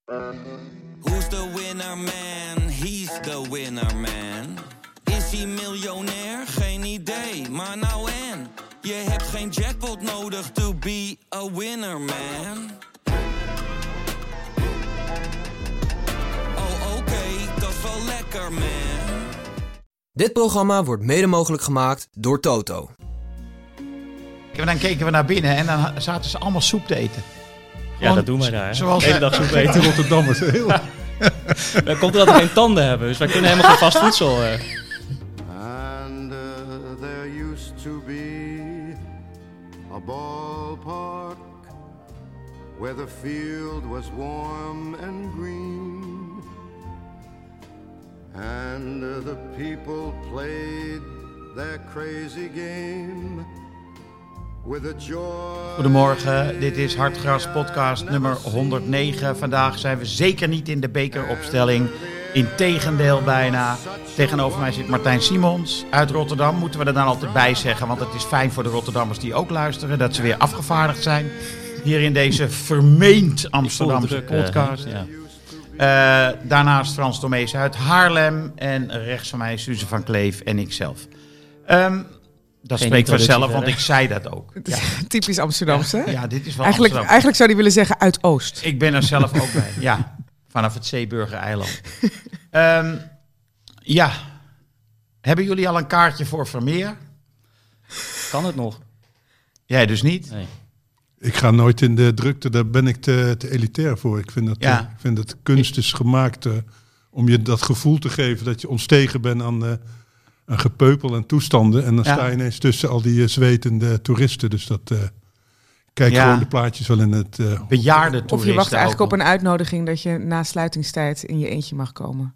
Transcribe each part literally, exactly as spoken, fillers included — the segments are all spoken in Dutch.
Who's the winner man? He's the winner man. Is hij miljonair? Geen idee, maar nou en. Je hebt geen jackpot nodig to be a winner man. Oh oké, okay, dat is wel lekker man. Dit programma wordt mede mogelijk gemaakt door Toto. En dan keken we naar binnen en dan zaten ze allemaal soep te eten. Ja, Gewoon, dat doen wij daar. Zoals de hele dag soep eten. Rotterdammers. Heel... Dat komt omdat we geen tanden hebben, dus wij kunnen helemaal geen vast voedsel. Uh. And uh, there used to be a ballpark where the field was warm and green, and uh, the people played their crazy game. Goedemorgen, dit is Hartgras podcast nummer honderdnegen. Vandaag zijn we zeker niet in de bekeropstelling. Integendeel bijna. Tegenover mij zit Martijn Simons uit Rotterdam. Moeten we er dan altijd bij zeggen, want het is fijn voor de Rotterdammers die ook luisteren, dat ze weer afgevaardigd zijn. Hier in deze vermeend Amsterdamse druk, podcast. Uh, ja. uh, daarnaast Frans Tomees uit Haarlem. En rechts van mij Suze van Kleef en ikzelf. Um, Dat Geen spreekt vanzelf, want ik zei dat ook. Ja. Typisch Amsterdamse. Ja, ja, dit is wel eigenlijk, Amsterdam. Eigenlijk zou die willen zeggen uit Oost. Ik ben er zelf ook bij. Ja, vanaf het Zeeburger-eiland. um, ja, hebben jullie al een kaartje voor Vermeer? Kan het nog? Jij dus niet? Nee. Ik ga nooit in de drukte, daar ben ik te, te elitair voor. Ik vind dat, ja. uh, ik vind dat kunst is gemaakt uh, om je dat gevoel te geven dat je ontstegen bent aan... Uh, Een gepeupel en toestanden. En dan ja. sta je ineens tussen al die uh, zwetende toeristen. Dus dat uh, kijk ja. gewoon de plaatjes wel in het... Uh, Bejaarde toeristen. Of je wacht eigenlijk op een uitnodiging dat je na sluitingstijd in je eentje mag komen.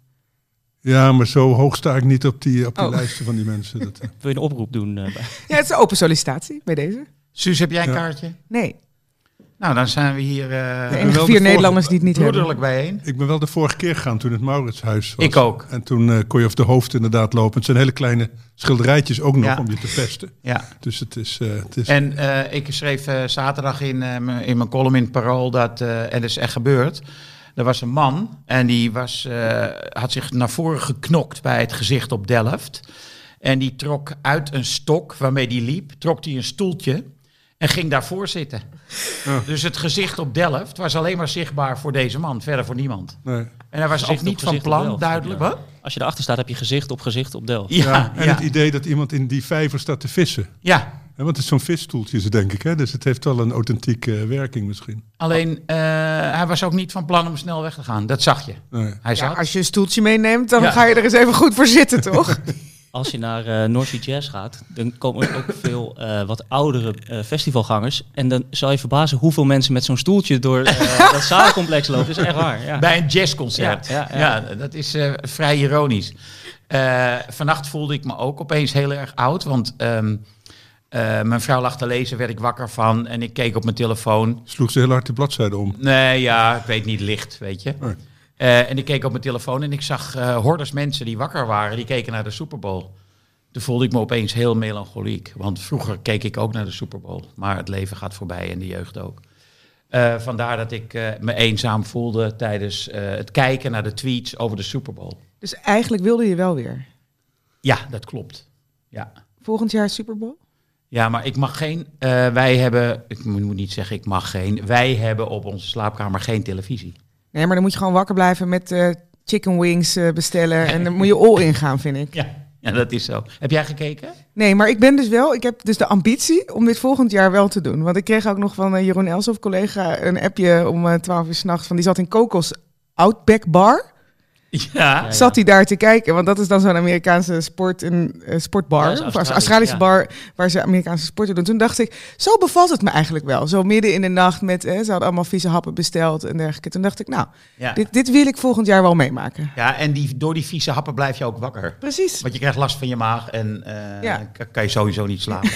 Ja, maar zo hoog sta ik niet op die, op die oh. lijsten van die mensen. Dat, uh. Wil je een oproep doen? Uh, ja, het is een open sollicitatie bij deze. Suus, heb jij een ja. kaartje? Nee. Nou, dan zijn we hier... Uh, de enige vier Nederlanders die het niet hebben. Bijeen. Ik ben wel de vorige keer gegaan toen het Mauritshuis was. Ik ook. En toen uh, kon je over de hoofd inderdaad lopen. Het zijn hele kleine schilderijtjes ook nog ja. om je te pesten. Ja. Dus het is... Uh, het is... En uh, ik schreef uh, zaterdag in, uh, in mijn column in het Parool dat... Uh, en dat is echt gebeurd. Er was een man en die was, uh, had zich naar voren geknokt bij het gezicht op Delft. En die trok uit een stok waarmee die liep, trok hij een stoeltje... En ging daarvoor zitten. Ja. Dus het gezicht op Delft was alleen maar zichtbaar voor deze man. Verder voor niemand. Nee. En hij was gezicht ook niet van plan, duidelijk. Ja. Wat? Als je erachter staat, heb je gezicht op gezicht op Delft. Ja, ja, en ja. het idee dat iemand in die vijver staat te vissen. Ja. Ja, want het is zo'n visstoeltje, denk ik. Hè? Dus het heeft wel een authentieke werking misschien. Alleen, uh, hij was ook niet van plan om snel weg te gaan. Dat zag je. Nee. Hij zat. Ja, als je een stoeltje meeneemt, dan ja. ga je er eens even goed voor zitten, toch? Als je naar uh, North Sea Jazz gaat, dan komen er ook veel uh, wat oudere uh, festivalgangers. En dan zal je verbazen hoeveel mensen met zo'n stoeltje door uh, dat zalencomplex lopen. Dat is echt waar. Ja. Bij een jazzconcert. Ja, ja, ja. ja dat is uh, vrij ironisch. Uh, vannacht voelde ik me ook opeens heel erg oud. Want um, uh, mijn vrouw lag te lezen, werd ik wakker van. En ik keek op mijn telefoon. Sloeg ze heel hard de bladzijde om? Nee, ja, ik weet niet, licht, weet je. Nee. Uh, en ik keek op mijn telefoon en ik zag uh, hordes mensen die wakker waren. Die keken naar de Super Bowl. Toen voelde ik me opeens heel melancholiek. Want vroeger keek ik ook naar de Super Bowl. Maar het leven gaat voorbij en de jeugd ook. Uh, vandaar dat ik uh, me eenzaam voelde tijdens uh, het kijken naar de tweets over de Super Bowl. Dus eigenlijk wilde je wel weer? Ja, dat klopt. Ja. Volgend jaar Super Bowl? Ja, maar ik mag geen... Uh, wij hebben... Ik moet niet zeggen ik mag geen. Wij hebben op onze slaapkamer geen televisie. Nee, maar dan moet je gewoon wakker blijven met uh, chicken wings uh, bestellen. En dan moet je all in gaan, vind ik. Ja. Ja, dat is zo. Heb jij gekeken? Nee, maar ik ben dus wel... Ik heb dus de ambitie om dit volgend jaar wel te doen. Want ik kreeg ook nog van uh, Jeroen Elshoff, collega, een appje om uh, twaalf uur 's nachts. Van die zat in Kokos Outback Bar. Ja. Ja, ja. Zat hij daar te kijken, want dat is dan zo'n Amerikaanse sport, een, uh, sportbar, Ja, of Australische ja. bar, waar ze Amerikaanse sporten doen. Toen dacht ik, zo bevalt het me eigenlijk wel. Zo midden in de nacht met, eh, ze hadden allemaal vieze happen besteld en dergelijke. Toen dacht ik, nou, Ja. dit, dit wil ik volgend jaar wel meemaken. Ja, en die, door die vieze happen blijf je ook wakker. Precies. Want je krijgt last van je maag en uh, Ja. k- kan je sowieso niet slapen.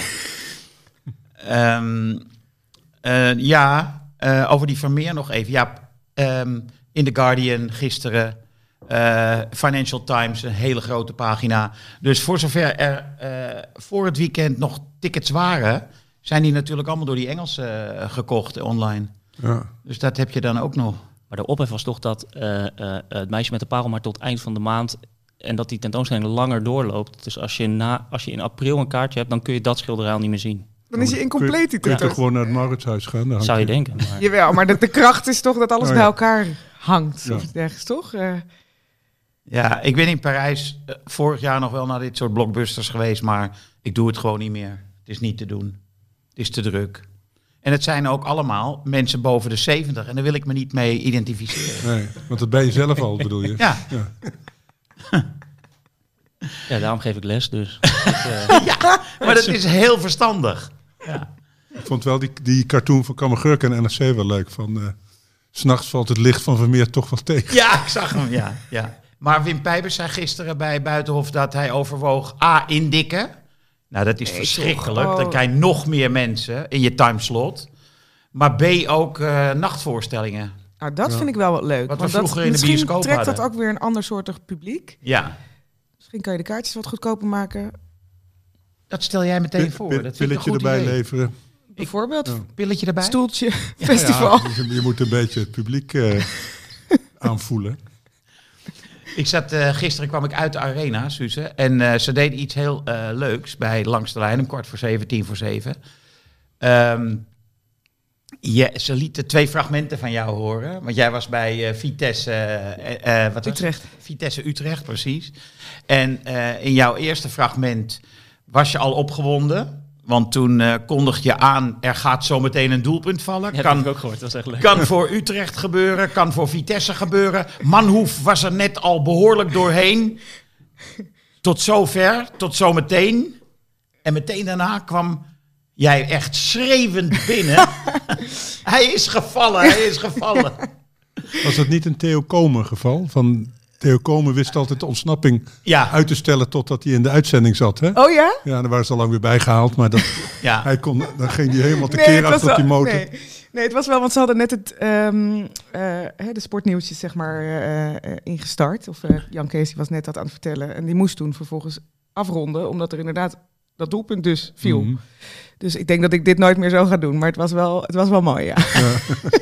um, uh, ja, uh, over die Vermeer nog even. Ja, um, in The Guardian gisteren... Uh, Financial Times, een hele grote pagina. Dus voor zover er uh, voor het weekend nog tickets waren, zijn die natuurlijk allemaal door die Engelsen uh, gekocht online. Ja. Dus dat heb je dan ook nog. Maar Maar de ophef was toch dat uh, uh, het meisje met de parel maar tot eind van de maand... en dat die tentoonstelling langer doorloopt. Dus als je, na, als je in april een kaartje hebt, dan kun je dat schilderij al niet meer zien. Dan is je incompleet die Kun je toch tentoonstelling. gewoon naar het Mauritshuis gaan? Daar Zou je hangt- denken. Maar... Jawel, maar de, de kracht is toch dat alles Oh, bij ja. elkaar hangt. Ja. Of iets dergelijks, toch? Uh, Ja, ik ben in Parijs uh, vorig jaar nog wel naar dit soort blockbusters geweest, maar ik doe het gewoon niet meer. Het is niet te doen. Het is te druk. En het zijn ook allemaal mensen boven de zeventig en daar wil ik me niet mee identificeren. Nee, want dat ben je zelf al, bedoel je? Ja, Ja. Ja, daarom geef ik les dus. Dat, uh, maar dat is heel verstandig. Ik vond wel die, die cartoon van Kammergurk en N R C wel leuk. Van, uh, 's nachts valt het licht van Vermeer toch wel tegen. Ja, ik zag hem, ja. ja. Maar Wim Pijpers zei gisteren bij Buitenhof dat hij overwoog A, indikken. Nou, dat is Nee, verschrikkelijk. toch? Oh. Dan krijg je nog meer mensen in je timeslot. Maar B, ook uh, nachtvoorstellingen. nou, dat Ja. vind ik wel wat leuk. Wat we want dat, vroeger in de misschien bioscoop trekt hadden. dat ook weer een ander soortig publiek. Ja, Misschien kan je de kaartjes wat goedkoper maken. dat stel jij meteen voor. Pil- Dat vind ik een pilletje goed erbij idee. leveren. Bijvoorbeeld Ja. Pilletje erbij? stoeltje, festival. Ja, je, je moet een beetje het publiek uh, aanvoelen. Ik zat, uh, gisteren kwam ik uit de arena, Suze. En uh, ze deden iets heel uh, leuks bij Langs de Lijn, om kwart voor zeven, tien voor zeven. Um, ja, ze lieten twee fragmenten van jou horen. Want jij was bij uh, Vitesse, uh, uh, wat was Utrecht. het? Vitesse Utrecht, precies. En uh, in jouw eerste fragment was je al opgewonden. Want toen uh, kondigde je aan, er gaat zo meteen een doelpunt vallen. ja, dat Kan heb ik ook gehoord, dat was echt leuk. Kan voor Utrecht gebeuren, kan voor Vitesse gebeuren. Manhoef was er net al behoorlijk doorheen. Tot zover, tot zometeen. En meteen daarna kwam jij echt schreeuwend binnen. Hij is gevallen, hij is gevallen. Was dat niet een Theo Komen geval? Van Theo Komen wist altijd de ontsnapping Ja, uit te stellen totdat hij in de uitzending zat. Hè? Oh ja? Ja, dan waren ze al lang weer bijgehaald. Maar dat, ja. hij kon, dan ging hij helemaal Nee, tekeer het was achter op die wel- motor. Nee. nee, het was wel, want ze hadden net het, ehm, uh, hè, de sportnieuwtjes zeg maar uh, uh, ingestart. Of uh, Jan Kees die was net dat aan het vertellen. En die moest toen vervolgens afronden, omdat er inderdaad dat doelpunt dus viel. Mhm. Dus ik denk dat ik dit nooit meer zo ga doen. Maar het was wel, het was wel mooi, ja. Ja.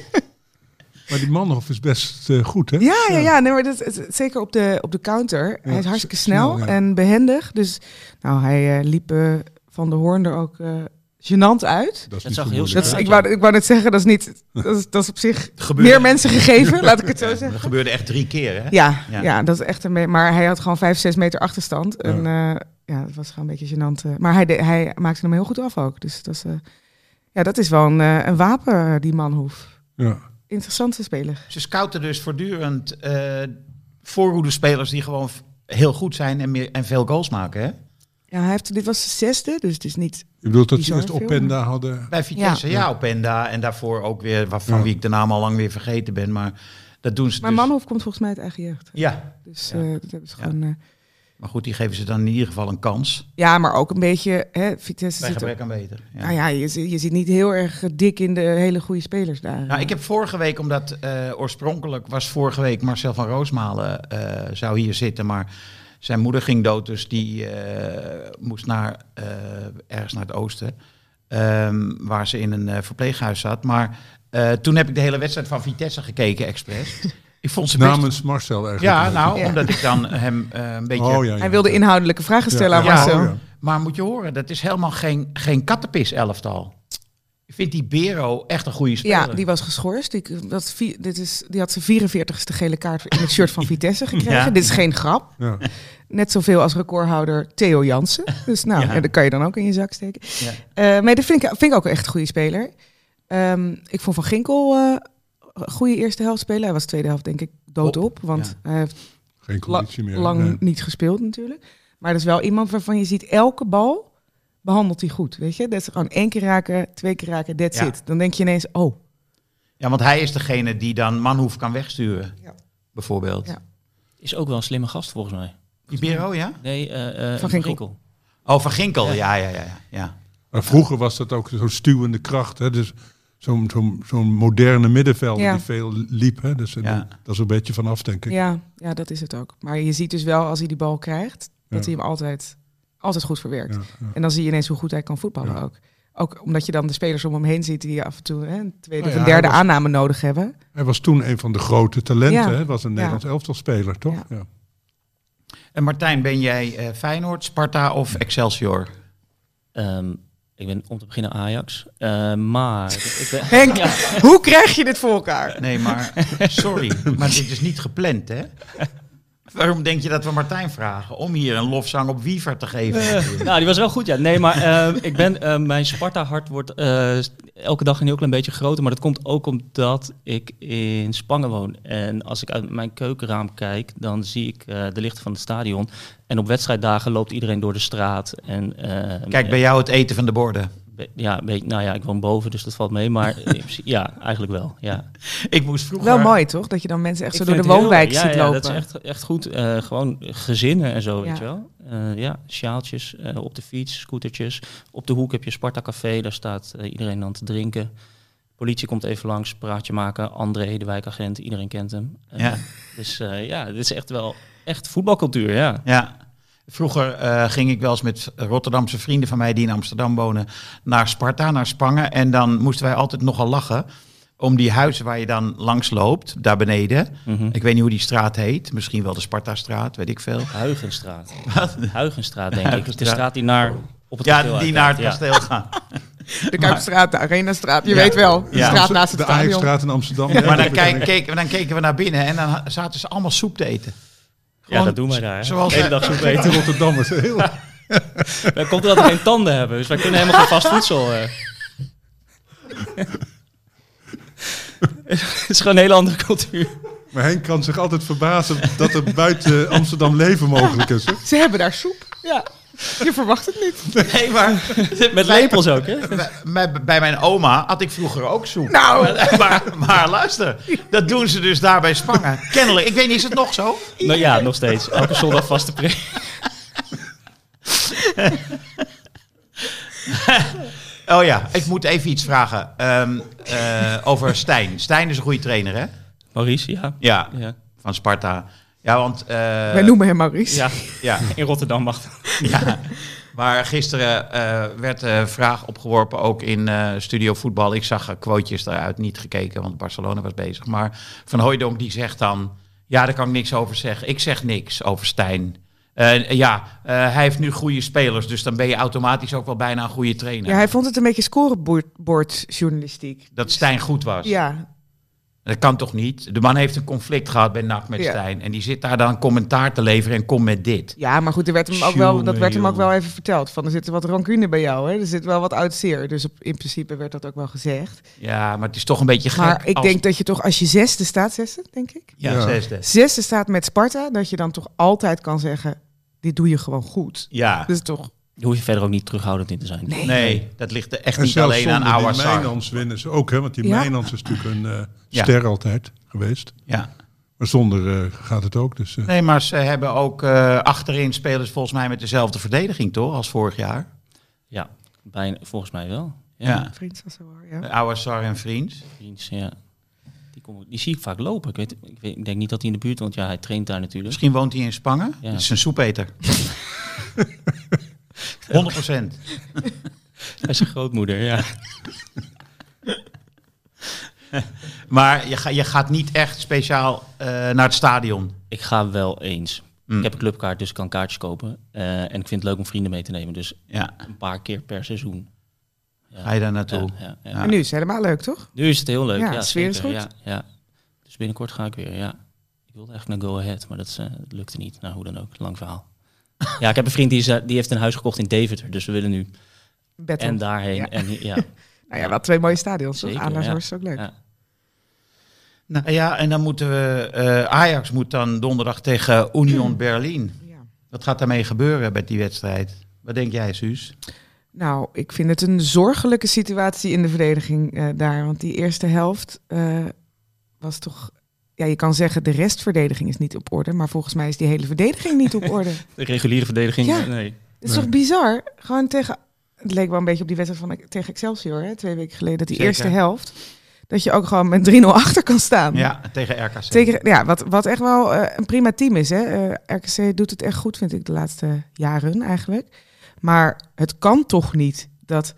Maar die Manhoef is best uh, goed, hè? Ja, ja, ja. Nee, maar dat, het- zeker op de, op de counter. hij is hartstikke s- snel, snel, ja. en behendig. Dus nou, hij uh, liep uh, Van der Hoorn er ook uh, gênant uit. Dat is Het niet zag zo heel moeilijk, Dat is, hè? ik, wou, ik wou net zeggen, dat is, niet, dat is, dat is op zich Gebeurde, meer mensen gegeven, laat ik het zo dat zeggen. gebeurde echt drie keer, hè? Ja, Ja. ja. dat is echt een me- maar hij had gewoon vijf, zes meter achterstand. En uh, ja, dat was gewoon een beetje gênant. Uh, maar hij, de, hij maakte hem heel goed af ook. Dus dat is, uh, ja, dat is wel een, uh, een wapen, die Manhoef. Ja. Interessante speler. Ze scouten dus voortdurend uh, voorhoedespelers die gewoon f- heel goed zijn en, meer, en veel goals maken, hè? Ja, hij heeft, dit was de zesde, dus het is niet... Je bedoelt dat ze Bizar eerst veel, Openda hadden? Bij Vitesse, ja, Ja. Openda. En daarvoor ook weer, waarvan Ja. wie ik de naam al lang weer vergeten ben. Maar dat doen ze Maar dus. Manhoef komt volgens mij uit eigen jeugd. Ja, Dus Ja. uh, dat hebben ze Ja. gewoon... Uh, maar goed, die geven ze dan in ieder geval een kans. ja, maar ook een beetje... Hè, Vitesse Bij zit gebrek aan beter. Ja. Nou ja, je, zit- je zit niet heel erg dik in de hele goede spelers daar. Nou, ik heb vorige week, omdat uh, oorspronkelijk was vorige week Marcel van Roosmalen uh, zou hier zitten, maar zijn moeder ging dood, dus die uh, moest naar uh, ergens naar het oosten, um, waar ze in een uh, verpleeghuis zat. Maar uh, toen heb ik de hele wedstrijd van Vitesse gekeken, expres. Ik vond ze best... Namens Marcel eigenlijk. Ja, nou, Ja. omdat ik dan hem uh, een beetje... Oh, ja, ja. Hij wilde inhoudelijke vragen stellen aan Ja, Marcel. oh, ja. Maar moet je horen, dat is helemaal geen, geen kattenpis elftal. Ik vind die Bero echt een goede speler. Ja, die was geschorst. Die, dat, vi- dit is, die had zijn vierenveertigste gele kaart in het shirt van Vitesse gekregen. Ja. Dit is geen grap. Ja. Net zoveel als recordhouder Theo Jansen. Dus nou, Ja. ja, dat kan je dan ook in je zak steken. Ja. Uh, maar dat vind ik, vind ik ook echt een goede speler. Um, ik vond Van Ginkel uh, een goede eerste helft spelen. Hij was de tweede helft denk ik doodop. Want hij heeft Geen la- conditie meer. lang nee. niet gespeeld natuurlijk. Maar dat is wel iemand waarvan je ziet elke bal behandelt hij goed. Weet je, dat is gewoon één keer raken, twee keer raken, that's Ja. it. Dan denk je ineens, oh, Ja, want hij is degene die dan Manhoef kan wegsturen, Ja. bijvoorbeeld. Ja. Is ook wel een slimme gast volgens mij. Die Bero, ja? Nee, uh, uh, Van Ginkel. Oh, Van Ginkel, Ja. ja, ja, ja. ja, ja. Maar vroeger was dat ook zo'n stuwende kracht. Hè? Dus zo'n zo'n zo'n moderne middenvelder Ja. die veel liep. Hè? Dus eh, Ja. dat, dat is een beetje vanaf, denk ik. ja, ja, dat is het ook. Maar je ziet dus wel als hij die bal krijgt, dat Ja. hij hem altijd, altijd goed verwerkt. Ja, ja. En dan zie je ineens hoe goed hij kan voetballen Ja. ook. Ook omdat je dan de spelers om hem heen ziet die af en toe hè, een tweede Nou of ja, een derde hij was- aanname nodig hebben. Hij was toen een van de grote talenten. Ja. Hè? Was een Ja. Nederlands elftalspeler, toch? Ja. Ja. En Martijn, ben jij uh, Feyenoord, Sparta of Excelsior? Um, ik ben om te beginnen Ajax. Uh, maar... ik ben, Henk, ja. Hoe krijg je dit voor elkaar? Nee, maar sorry, maar dit is niet gepland, hè? Waarom denk je dat we Martijn vragen? Om hier een lofzang op Wiever te geven. Uh, nou, die was wel goed, ja. Nee, maar uh, ik ben, uh, mijn Sparta-hart wordt uh, elke dag een heel klein beetje groter. Maar dat komt ook omdat ik in Spangen woon. En als ik uit mijn keukenraam kijk, dan zie ik uh, de lichten van het stadion. En op wedstrijddagen loopt iedereen door de straat. En, uh, kijk, bij jou het eten van de borden. Ja, beetje, nou ja, ik woon boven, dus dat valt mee. Maar ja, eigenlijk wel, ja. Ik moest vroeger... Wel mooi, toch? Dat je dan mensen echt ik zo door de woonwijk heel, ziet ja, ja, lopen. dat is echt, echt goed. Uh, gewoon gezinnen en zo, Ja. weet je wel. Uh, ja, sjaaltjes uh, op de fiets, scootertjes. Op de hoek heb je Sparta Café, daar staat uh, iedereen dan te drinken. Politie komt even langs, praatje maken. André, de wijkagent, iedereen kent hem. Uh, Ja. Dus uh, ja, dit is echt wel echt voetbalcultuur, ja. Ja. Vroeger uh, ging ik wel eens met Rotterdamse vrienden van mij die in Amsterdam wonen naar Sparta, naar Spangen. En dan moesten wij altijd nogal lachen om die huizen waar je dan langs loopt, daar beneden. Mm-hmm. Ik weet niet hoe die straat heet. Misschien wel de Sparta-straat, weet ik veel. Huigenstraat. Wat? Huigenstraat, denk Huigenstraat. ik. De straat die naar op het Ja, kasteel die naar het uitkijkt, kasteel gaan. De Kuipstraat, de Arenastraat, je Ja. weet wel. De Ja. straat naast het De stadion. Ajaxstraat in Amsterdam. Maar dan, dat ken kijk, ik. keken, dan keken we naar binnen en dan zaten ze allemaal soep te eten. Ja, ja, dat doen wij daar. Hè. zoals- de hele dag soep De eten. Rotterdammers. Heel... Dan komt er dat we geen tanden hebben, dus wij kunnen helemaal geen vast voedsel. Uh. Het is gewoon een hele andere cultuur. Maar Henk kan zich altijd verbazen dat er buiten Amsterdam leven mogelijk is. Hè? Ze hebben daar soep. Ja, je verwacht het niet. Nee, maar Met lepels ook, hè? bij, bij- bij mijn oma had ik vroeger ook soep. Nou. Maar, maar, maar luister, dat doen ze dus daar bij Spangen. Kennelijk, ik weet niet, is het nog zo? Nou ja, nog steeds. Elke zondag vaste pre. Oh ja, ik moet even iets vragen um, uh, over Stijn. Stijn is een goede trainer, hè? Maurice, ja. Ja, Ja, van Sparta. Ja, want... Uh, Wij noemen hem Maurice. ja. Ja, In Rotterdam mag dat. ja. Maar gisteren uh, werd de vraag opgeworpen, ook in uh, Studio Voetbal. Ik zag uh, quotejes daaruit, niet gekeken, want Barcelona was bezig. Maar Van Hooijdonk die zegt dan... Ja, daar kan ik niks over zeggen. Ik zeg niks over Stijn. Uh, ja, uh, hij heeft nu goede spelers, dus dan ben je automatisch ook wel bijna een goede trainer. Ja, hij vond het een beetje scorebordjournalistiek. Dat Stijn goed was. Ja, Dat kan toch niet? De man heeft een conflict gehad bij N A C met Ja. Stijn. En die zit daar dan commentaar te leveren en komt met dit. ja, maar goed, er werd hem ook wel, dat Jongen, werd hem ook jongen. wel even verteld. Van, er zit wat rancune bij jou, hè? Er zit wel wat oud zeer. Dus op, in principe werd dat ook wel gezegd. Ja, maar het is toch een beetje gek. Maar ik als- denk dat je toch, als je zesde staat, zesde, denk ik? Ja, Ja. zesde. Zesde staat met Sparta, dat je dan toch altijd kan zeggen, dit doe je gewoon goed. Ja, Dus toch, Daar hoef je verder ook niet terughoudend in te zijn. nee. nee, dat ligt er echt En niet zelfs alleen aan zonder die Awassar. Mijnans winnen ze ook, hè? Want die Ja. Mijnans is natuurlijk een uh, Ja. ster altijd geweest. Ja. Maar zonder uh, gaat het ook. Dus, uh, Nee, maar ze hebben ook uh, achterin spelers volgens mij met dezelfde verdediging, toch? Als vorig jaar. Ja, bijna, volgens mij wel. Ja. Ja. Vriend was er wel, ja. Awassar en Vriends. Vriends, ja. Die, kom, die zie ik vaak lopen. Ik, weet, ik, weet, ik denk niet dat hij in de buurt woont. Ja, hij traint daar natuurlijk. Misschien woont hij in Spangen. Ja. Het is een soepeter. honderd procent. Hij is zijn grootmoeder, ja. Maar je, ga, je gaat niet echt speciaal uh, naar het stadion. Ik ga wel eens. Mm. Ik heb een clubkaart, dus ik kan kaartjes kopen. Uh, en ik vind het leuk om vrienden mee te nemen. Dus Ja. een paar keer per seizoen. Ja. Ga je daar naartoe? Ja, ja, ja. Ja. En nu is het helemaal leuk, toch? Nu is het heel leuk. Ja, Ja, de sfeer is zeker. goed. Ja, ja. Dus binnenkort ga ik weer, ja. Ik wilde eigenlijk naar Go Ahead, maar dat, is, uh, dat lukte niet. Nou, hoe dan ook. Lang verhaal. Ja, ik heb een vriend die, is, uh, die heeft een huis gekocht in Deventer. Dus we willen nu Battle. en daarheen. Ja. En, ja. Nou ja, wel twee mooie stadions, toch? Zeker, Aanlandshorst ja. is ook leuk. Ja. Nou ja, en dan moeten we... Uh, Ajax moet dan donderdag tegen Union Berlin. Ja. Wat gaat daarmee gebeuren met die wedstrijd? Wat denk jij, Suus? Nou, ik vind het een zorgelijke situatie in de verdediging uh, daar. Want die eerste helft uh, was toch... Ja, je kan zeggen de restverdediging is niet op orde. Maar volgens mij is die hele verdediging niet op orde. De reguliere verdediging, Ja. nee. Het is Nee. toch bizar? Gewoon tegen... Het leek wel een beetje op die wedstrijd van tegen Excelsior, hè, twee weken geleden. Dat die Zeker. eerste helft, dat je ook gewoon met drie nul achter kan staan. Ja, tegen R K C. Tegen, ja, wat, wat echt wel uh, een prima team is. Hè. Uh, R K C doet het echt goed, vind ik, de laatste jaren eigenlijk. Maar het kan toch niet dat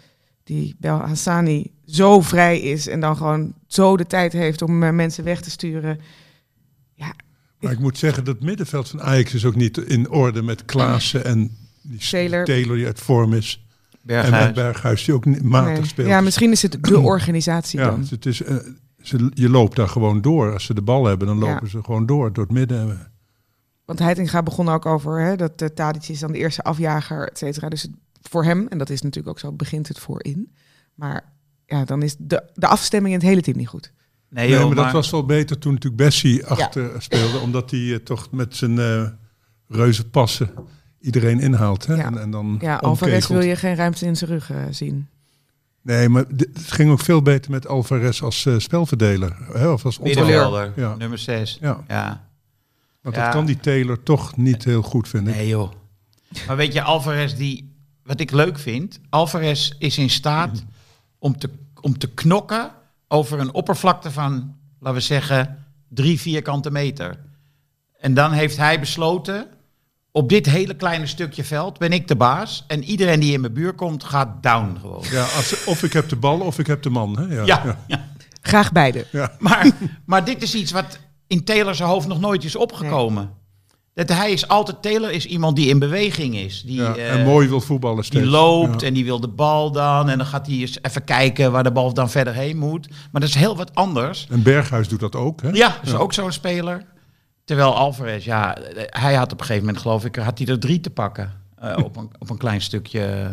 die Belhassani zo vrij is en dan gewoon zo de tijd heeft om uh, mensen weg te sturen. Ja, maar ik moet zeggen, dat middenveld van Ajax is ook niet in orde met Klaassen en die Taylor. Taylor die uit vorm is. Berghuis. En met Berghuis die ook niet matig nee. speelt. Ja, misschien is het de organisatie ja, dan. dus het is, uh, ze, je loopt daar gewoon door. Als ze de bal hebben, dan lopen ja. ze gewoon door, door het midden. Want Heitinga begon ook over hè, dat uh, Tadic is dan de eerste afjager, et cetera. Dus het, voor hem, en dat is natuurlijk ook zo, begint het voorin. Maar ja, dan is de, de afstemming in het hele team niet goed. Nee, nee joh, maar, maar dat was wel beter toen natuurlijk Bessie achter ja. speelde. Omdat hij uh, toch met zijn uh, reuze passen iedereen inhaalt. Hè? Ja, en, en dan ja Alvarez wil je geen ruimte in zijn rug uh, zien. Nee, maar d- het ging ook veel beter met Alvarez als uh, spelverdeler. Hè? Of als middenvelder, ja. nummer zes. Ja. ja. Want ja. dat kan die Taylor toch niet heel goed vinden. Nee joh. Maar weet je, Alvarez, die, wat ik leuk vind, Alvarez is in staat om te, om te knokken over een oppervlakte van, laten we zeggen, drie vierkante meter. En dan heeft hij besloten, op dit hele kleine stukje veld ben ik de baas. En iedereen die in mijn buurt komt, gaat down gewoon. Ja, als, of ik heb de bal of ik heb de man. Hè? Ja, ja, ja. ja. Graag beide. Ja. Maar, maar dit is iets wat in Taylor zijn hoofd nog nooit is opgekomen. Nee. Dat hij is altijd, Taylor is iemand die in beweging is. Die, ja, uh, en mooi wil voetballen steeds. Die loopt ja. en die wil de bal dan. En dan gaat hij eens even kijken waar de bal dan verder heen moet. Maar dat is heel wat anders. En Berghuis doet dat ook. Hè? Ja, is ja. ook zo'n speler. Terwijl Alvarez, ja, hij had op een gegeven moment, geloof ik, had hij er drie te pakken. Uh, op, een, op een klein stukje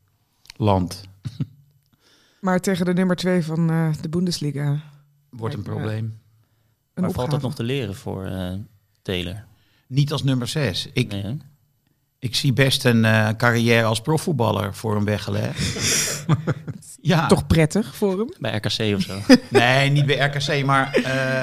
land. Maar tegen de nummer twee van uh, de Bundesliga wordt een probleem. Een maar opgave. valt dat nog te leren voor uh, Taylor? Niet als nummer zes. Ik, nee, ik zie best een uh, carrière als profvoetballer voor hem weggelegd. Ja. Toch prettig voor hem? Bij R K C of zo? Nee, niet bij R K C, maar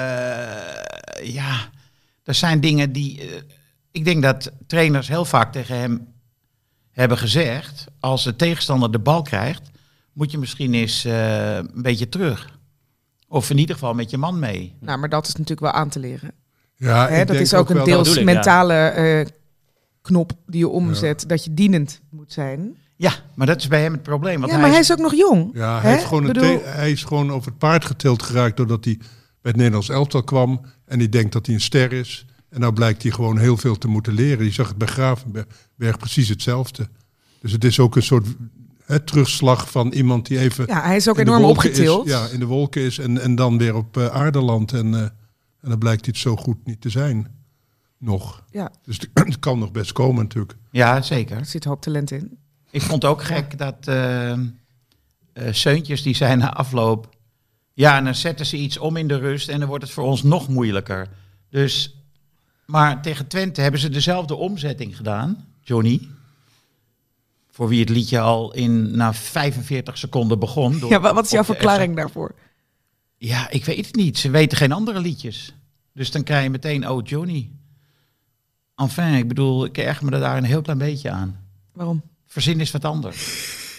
uh, ja, er zijn dingen die... Uh, ik denk dat trainers heel vaak tegen hem hebben gezegd, als de tegenstander de bal krijgt, moet je misschien eens uh, een beetje terug. Of in ieder geval met je man mee. Nou, maar dat is natuurlijk wel aan te leren. Ja, Hè, dat is ook, ook een deels ik, mentale ja. uh, knop die je omzet, ja. dat je dienend moet zijn. Ja, maar dat is bij hem het probleem. Want ja, hij maar is... hij is ook nog jong. Ja, hij, heeft gewoon Bedoel... te- hij is gewoon over het paard getild geraakt doordat hij bij het Nederlands elftal kwam en hij denkt dat hij een ster is. En nou blijkt hij gewoon heel veel te moeten leren. Je zag het bij Gravenberg precies hetzelfde. Dus het is ook een soort hè, terugslag van iemand die even... Ja, hij is ook enorm opgetild. Is, ja, in de wolken is en, en dan weer op uh, aarde landt. En, uh, en dan blijkt hij het zo goed niet te zijn. Nog. Ja. Dus het kan nog best komen natuurlijk. Ja, zeker. Er zit hoop talent in. Ik vond het ook gek dat uh, uh, Seuntjes die zei na afloop... Ja, en dan zetten ze iets om in de rust en dan wordt het voor ons nog moeilijker. Dus... Maar tegen Twente hebben ze dezelfde omzetting gedaan, Johnny. Voor wie het liedje al in na vijfenveertig seconden begon. Door, ja, wat is jouw verklaring daarvoor? Ja, ik weet het niet. Ze weten geen andere liedjes. Dus dan krijg je meteen, oh Johnny. Enfin, ik bedoel, ik erger me er daar een heel klein beetje aan. Waarom? Verzin is wat anders.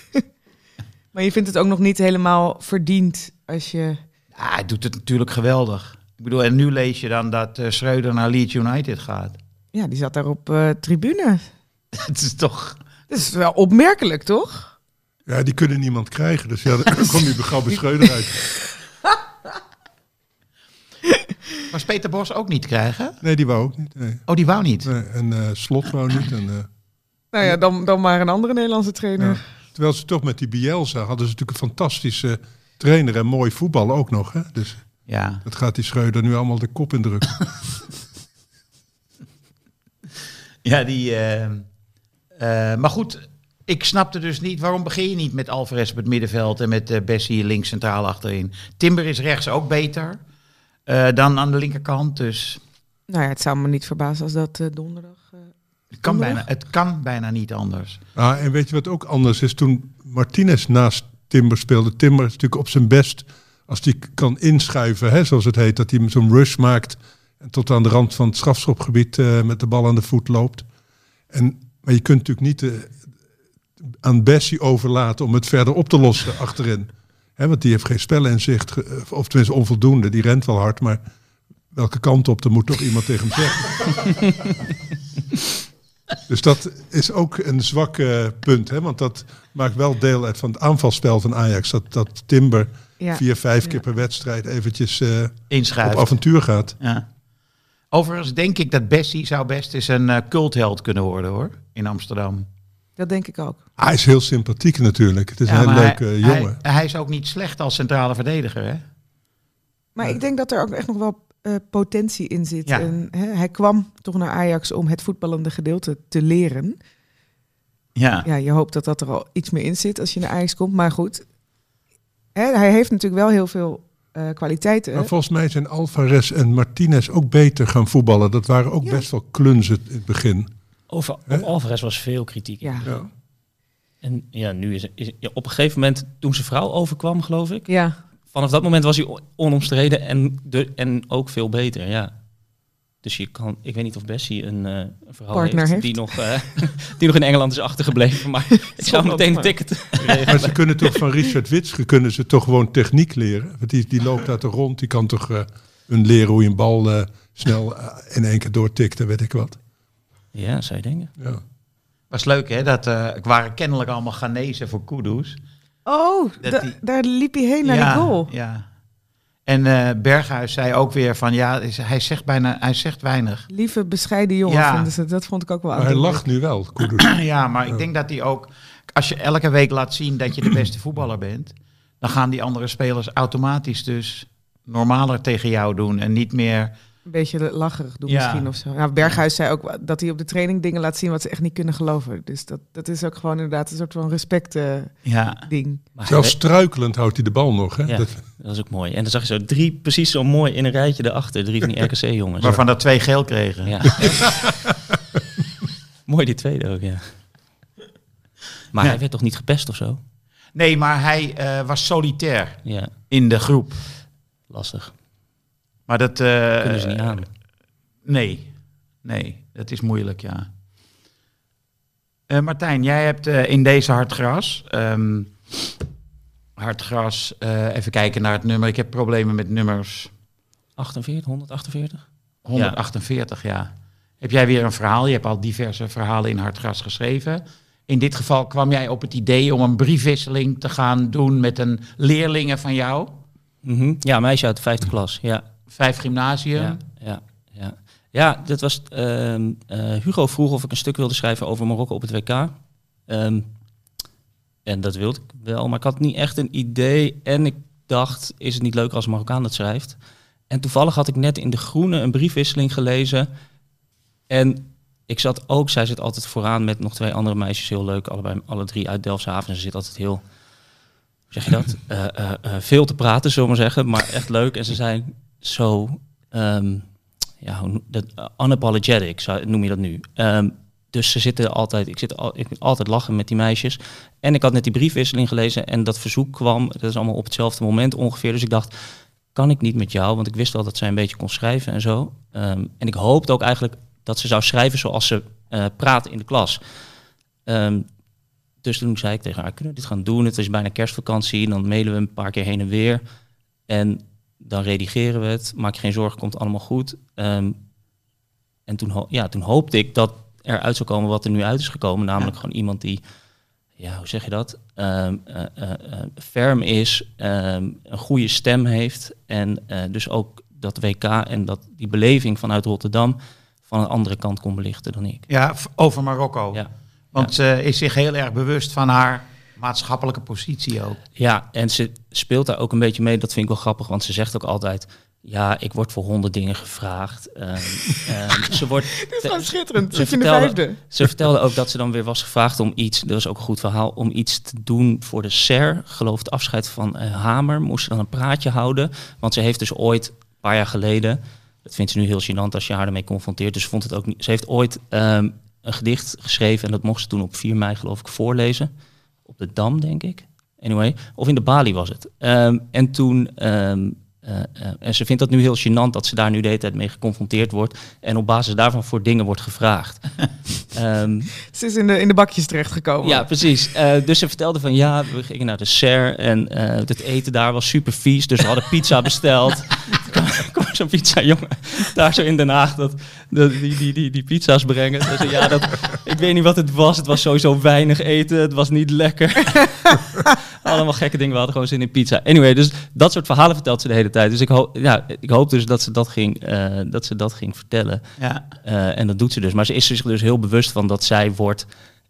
Maar je vindt het ook nog niet helemaal verdiend als je... Ja, hij doet het natuurlijk geweldig. Ik bedoel, en nu lees je dan dat uh, Schreuder naar Leeds United gaat. Ja, die zat daar op uh, tribune. Het is toch... Dat is wel opmerkelijk, toch? Ja, die kunnen niemand krijgen. Dus ja, dan komt die gauw bij Schreuder uit. Was Peter Bos ook niet krijgen? Nee, die wou ook niet. Nee. Oh, die wou niet? Nee, en uh, Slot wou niet. En, uh, nou ja, dan, dan maar een andere Nederlandse trainer. Ja. Terwijl ze toch met die Bielsa hadden ze natuurlijk een fantastische trainer en mooi voetballen ook nog. Hè? Dus ja. dat gaat die Schreuder nu allemaal de kop indrukken. ja, die... Uh, uh, maar goed, ik snapte dus niet, waarom begin je niet met Alvarez op het middenveld en met uh, Bessie links centraal achterin? Timber is rechts ook beter uh, dan aan de linkerkant, dus... Nou ja, het zou me niet verbazen als dat uh, donderdag... Uh, het, kan donderdag? bijna, het kan bijna niet anders. Ah, en weet je wat ook anders is? Toen Martinez naast Timber speelde, Timber is natuurlijk op zijn best... als hij kan inschuiven, hè, zoals het heet, dat hij zo'n rush maakt... en tot aan de rand van het strafschopgebied uh, met de bal aan de voet loopt. En, maar je kunt natuurlijk niet uh, aan Bessie overlaten om het verder op te lossen achterin. Hè, want die heeft geen spelinzicht, of tenminste onvoldoende. Die rent wel hard, maar welke kant op, er moet toch iemand tegen hem zeggen. Dus dat is ook een zwak uh, punt. Hè, want dat maakt wel deel uit van het aanvalspel van Ajax. Dat, dat Timber Ja. vier, vijf Ja. keer per wedstrijd eventjes uh, Inschuift. op avontuur gaat. Ja. Overigens denk ik dat Bessie zou best eens een uh, cultheld kunnen worden, hoor. In Amsterdam. Dat denk ik ook. Hij is heel sympathiek natuurlijk. Het is Ja, een heel maar leuke hij, jongen. Hij, hij is ook niet slecht als centrale verdediger, hè? Maar Ja. ik denk dat er ook echt nog wel uh, potentie in zit. Ja. En, hè, hij kwam toch naar Ajax om het voetballende gedeelte te leren. Ja. Ja, je hoopt dat dat er al iets meer in zit als je naar Ajax komt. Maar goed, hè, hij heeft natuurlijk wel heel veel uh, kwaliteiten. Maar volgens mij zijn Alvarez en Martinez ook beter gaan voetballen. Dat waren ook Ja. best wel klunzen in het begin. Over, op Hè? Alvarez was veel kritiek. Ja. Ja. En ja, nu is, is ja, op een gegeven moment, toen zijn vrouw overkwam, geloof ik. Ja, Vanaf dat moment was hij on- onomstreden en, de, en ook veel beter, ja. Dus je kan, ik weet niet of Bessie een, uh, een vrouw Partner heeft, heeft. Die, nog, uh, die nog in Engeland is achtergebleven. Maar ik zou meteen een ticket regelen. Maar ze kunnen toch van Richard Witsche kunnen ze toch gewoon techniek leren. Want die, die loopt daar toch rond. Die kan toch uh, een leren hoe je een bal uh, snel uh, in één keer doortikt en weet ik wat. Ja, zou je denken. Ja. Was leuk, hè? Dat uh, waren kennelijk allemaal Ghanese voor Kudus. oh, Dat da- die- daar liep hij heen naar ja, die goal. Ja. En uh, Berghuis zei ook weer van, ja, is- hij zegt bijna, hij zegt weinig. Lieve, bescheiden jongen Ja. vinden ze. Dat vond ik ook wel Maar hij aandoenlijk. lacht nu wel, Kudus. Ja, maar ik denk dat hij ook, als je elke week laat zien dat je de beste voetballer bent, dan gaan die andere spelers automatisch dus normaler tegen jou doen en niet meer... Een beetje lacherig doen Ja. misschien of zo. Nou, Berghuis zei ook dat hij op de training dingen laat zien wat ze echt niet kunnen geloven. Dus dat, dat is ook gewoon inderdaad een soort van respect uh, Ja, ding. Maar Zelfs hij- struikelend houdt hij de bal nog. Hè? Ja. Dat, dat is ook mooi. En dan zag je zo drie, precies zo mooi in een rijtje erachter. Drie van die R K C-jongens. waarvan er twee geel kregen. Ja. Mooi die tweede ook, ja. Maar Ja. hij werd toch niet gepest of zo? Nee, maar hij uh, was solitair Ja, in de groep. lastig. Maar dat... Uh, Kunnen ze niet aan. Nee, nee, dat is moeilijk, ja. Uh, Martijn, jij hebt uh, in deze Hartgras... Um, Hartgras, uh, even kijken naar het nummer. Ik heb problemen met nummers achtenveertig, honderdachtenveertig? honderdachtenveertig, ja. ja. Heb jij weer een verhaal? Je hebt al diverse verhalen in Hartgras geschreven. In dit geval kwam jij op het idee om een briefwisseling te gaan doen met een leerlinge van jou. Mm-hmm. Ja, een meisje uit de vijfde klas, ja. Vijf gymnasium. Ja, ja, ja. ja dat was... Uh, uh, Hugo vroeg of ik een stuk wilde schrijven over Marokko op het W K. Um, en dat wilde ik wel, maar ik had niet echt een idee. En ik dacht, is het niet leuker als een Marokkaan dat schrijft? En toevallig had ik net in De Groene een briefwisseling gelezen. En ik zat ook, zij zit altijd vooraan met nog twee andere meisjes, heel leuk. Allebei, alle drie uit Delfshaven. Ze zit altijd heel, hoe zeg je dat? uh, uh, uh, veel te praten, zullen we maar zeggen. Maar echt leuk. En ze zijn zo, um, ja, hoe, dat, uh, unapologetic, zo noem je dat nu. Um, dus ze zitten altijd, ik zit al, ik altijd lachen met die meisjes. En ik had net die briefwisseling gelezen en dat verzoek kwam, dat is allemaal op hetzelfde moment ongeveer. Dus ik dacht, kan ik niet met jou? Want ik wist wel dat zij een beetje kon schrijven en zo. Um, en ik hoopte ook eigenlijk dat ze zou schrijven zoals ze uh, praat in de klas. Um, dus toen zei ik tegen haar, kunnen we dit gaan doen? Het is bijna kerstvakantie, dan mailen we een paar keer heen en weer. En dan redigeren we het. Maak je geen zorgen, komt allemaal goed. Um, en toen, ho- ja, toen hoopte ik dat er uit zou komen wat er nu uit is gekomen. Namelijk ja. gewoon iemand die, ja, hoe zeg je dat? Um, uh, uh, uh, ferm is, um, een goede stem heeft. En uh, dus ook dat W K en dat die beleving vanuit Rotterdam van een andere kant kon belichten dan ik. Ja, f- over Marokko. Ja. Want ze ja. uh, is zich heel erg bewust van haar maatschappelijke positie ook. Ja, en ze speelt daar ook een beetje mee. Dat vind ik wel grappig, want ze zegt ook altijd, ja, ik word voor honderd dingen gevraagd. Um, um, ze wordt, Dit is gewoon schitterend. Ze Zit je in de vertelde, vijfde. ze vertelde ook dat ze dan weer was gevraagd om iets, dat was ook een goed verhaal, om iets te doen voor de S E R. Geloof het afscheid van uh, Hamer. Moest ze dan een praatje houden. Want ze heeft dus ooit, een paar jaar geleden, dat vindt ze nu heel gênant als je haar ermee confronteert. Dus ze vond het ook niet. Ze heeft ooit um, een gedicht geschreven en dat mocht ze toen op vier mei geloof ik voorlezen. Op de Dam, denk ik. Anyway, of in de Bali was het. Um, en toen... Um, Uh, uh, en ze vindt dat nu heel gênant dat ze daar nu de hele tijd mee geconfronteerd wordt en op basis daarvan voor dingen wordt gevraagd. um, ze is in de, in de bakjes terechtgekomen. Ja, precies. Uh, dus ze vertelde van ja, we gingen naar de S E R en uh, het eten daar was super vies, dus we hadden pizza besteld. Kom, kom zo'n pizza jongen daar zo in Den Haag dat, dat die, die, die, die pizza's brengen. Dus ja, dat, ik, weet niet wat het was. Het was sowieso weinig eten. Het was niet lekker. Allemaal gekke dingen. We hadden gewoon zin in pizza. Anyway, dus dat soort verhalen vertelt ze de hele tijd. Dus ik, ho- ja, ik hoop dus dat ze dat ging, uh, dat ze dat ging vertellen. Ja. Uh, en dat doet ze dus. Maar ze is zich dus heel bewust van dat zij wordt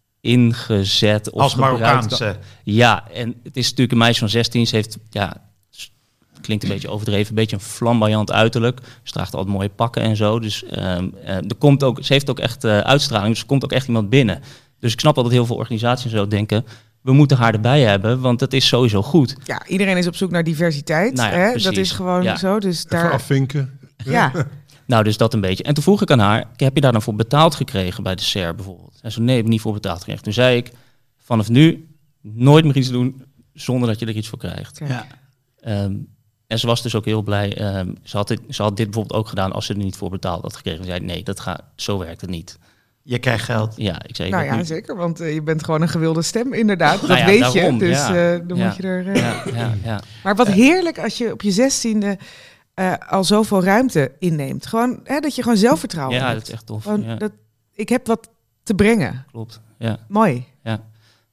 ingezet. Of Als Marokkaanse. Ja, en het is natuurlijk een meisje van zestien. Ze heeft, ja, klinkt een beetje overdreven, een beetje een flamboyant uiterlijk. Ze draagt altijd mooie pakken en zo. Dus um, uh, er komt ook, ze heeft ook echt uh, uitstraling. Dus er komt ook echt iemand binnen. Dus ik snap wel dat heel veel organisaties zo denken, we moeten haar erbij hebben, want dat is sowieso goed. Ja, iedereen is op zoek naar diversiteit. Nou ja, hè? precies. Dat is gewoon Ja. zo. Dus Even daar... afvinken. Ja. Nou, dus dat een beetje. En toen vroeg ik aan haar, heb je daar dan voor betaald gekregen bij de S E R bijvoorbeeld? En zo, nee, heb ik niet voor betaald gekregen. Toen zei ik, vanaf nu nooit meer iets doen zonder dat je er iets voor krijgt. Ja. Um, en ze was dus ook heel blij. Um, ze, had dit, ze had dit bijvoorbeeld ook gedaan als ze er niet voor betaald had gekregen. Ze zei, nee, dat gaat, zo werkt het niet. Je krijgt geld. Ja, ik zei Nou dat ja, nu. zeker, want uh, je bent gewoon een gewilde stem, inderdaad. Dat Nou ja, weet daarom, je, dus ja. uh, dan Ja. moet je er... Uh... Ja, ja, ja. Maar wat heerlijk als je op je zestiende uh, al zoveel ruimte inneemt. Gewoon, hè, dat je gewoon zelfvertrouwen Ja, hebt. dat is echt tof. Gewoon, Ja, dat, ik heb wat te brengen. klopt. Ja, Mooi. ja.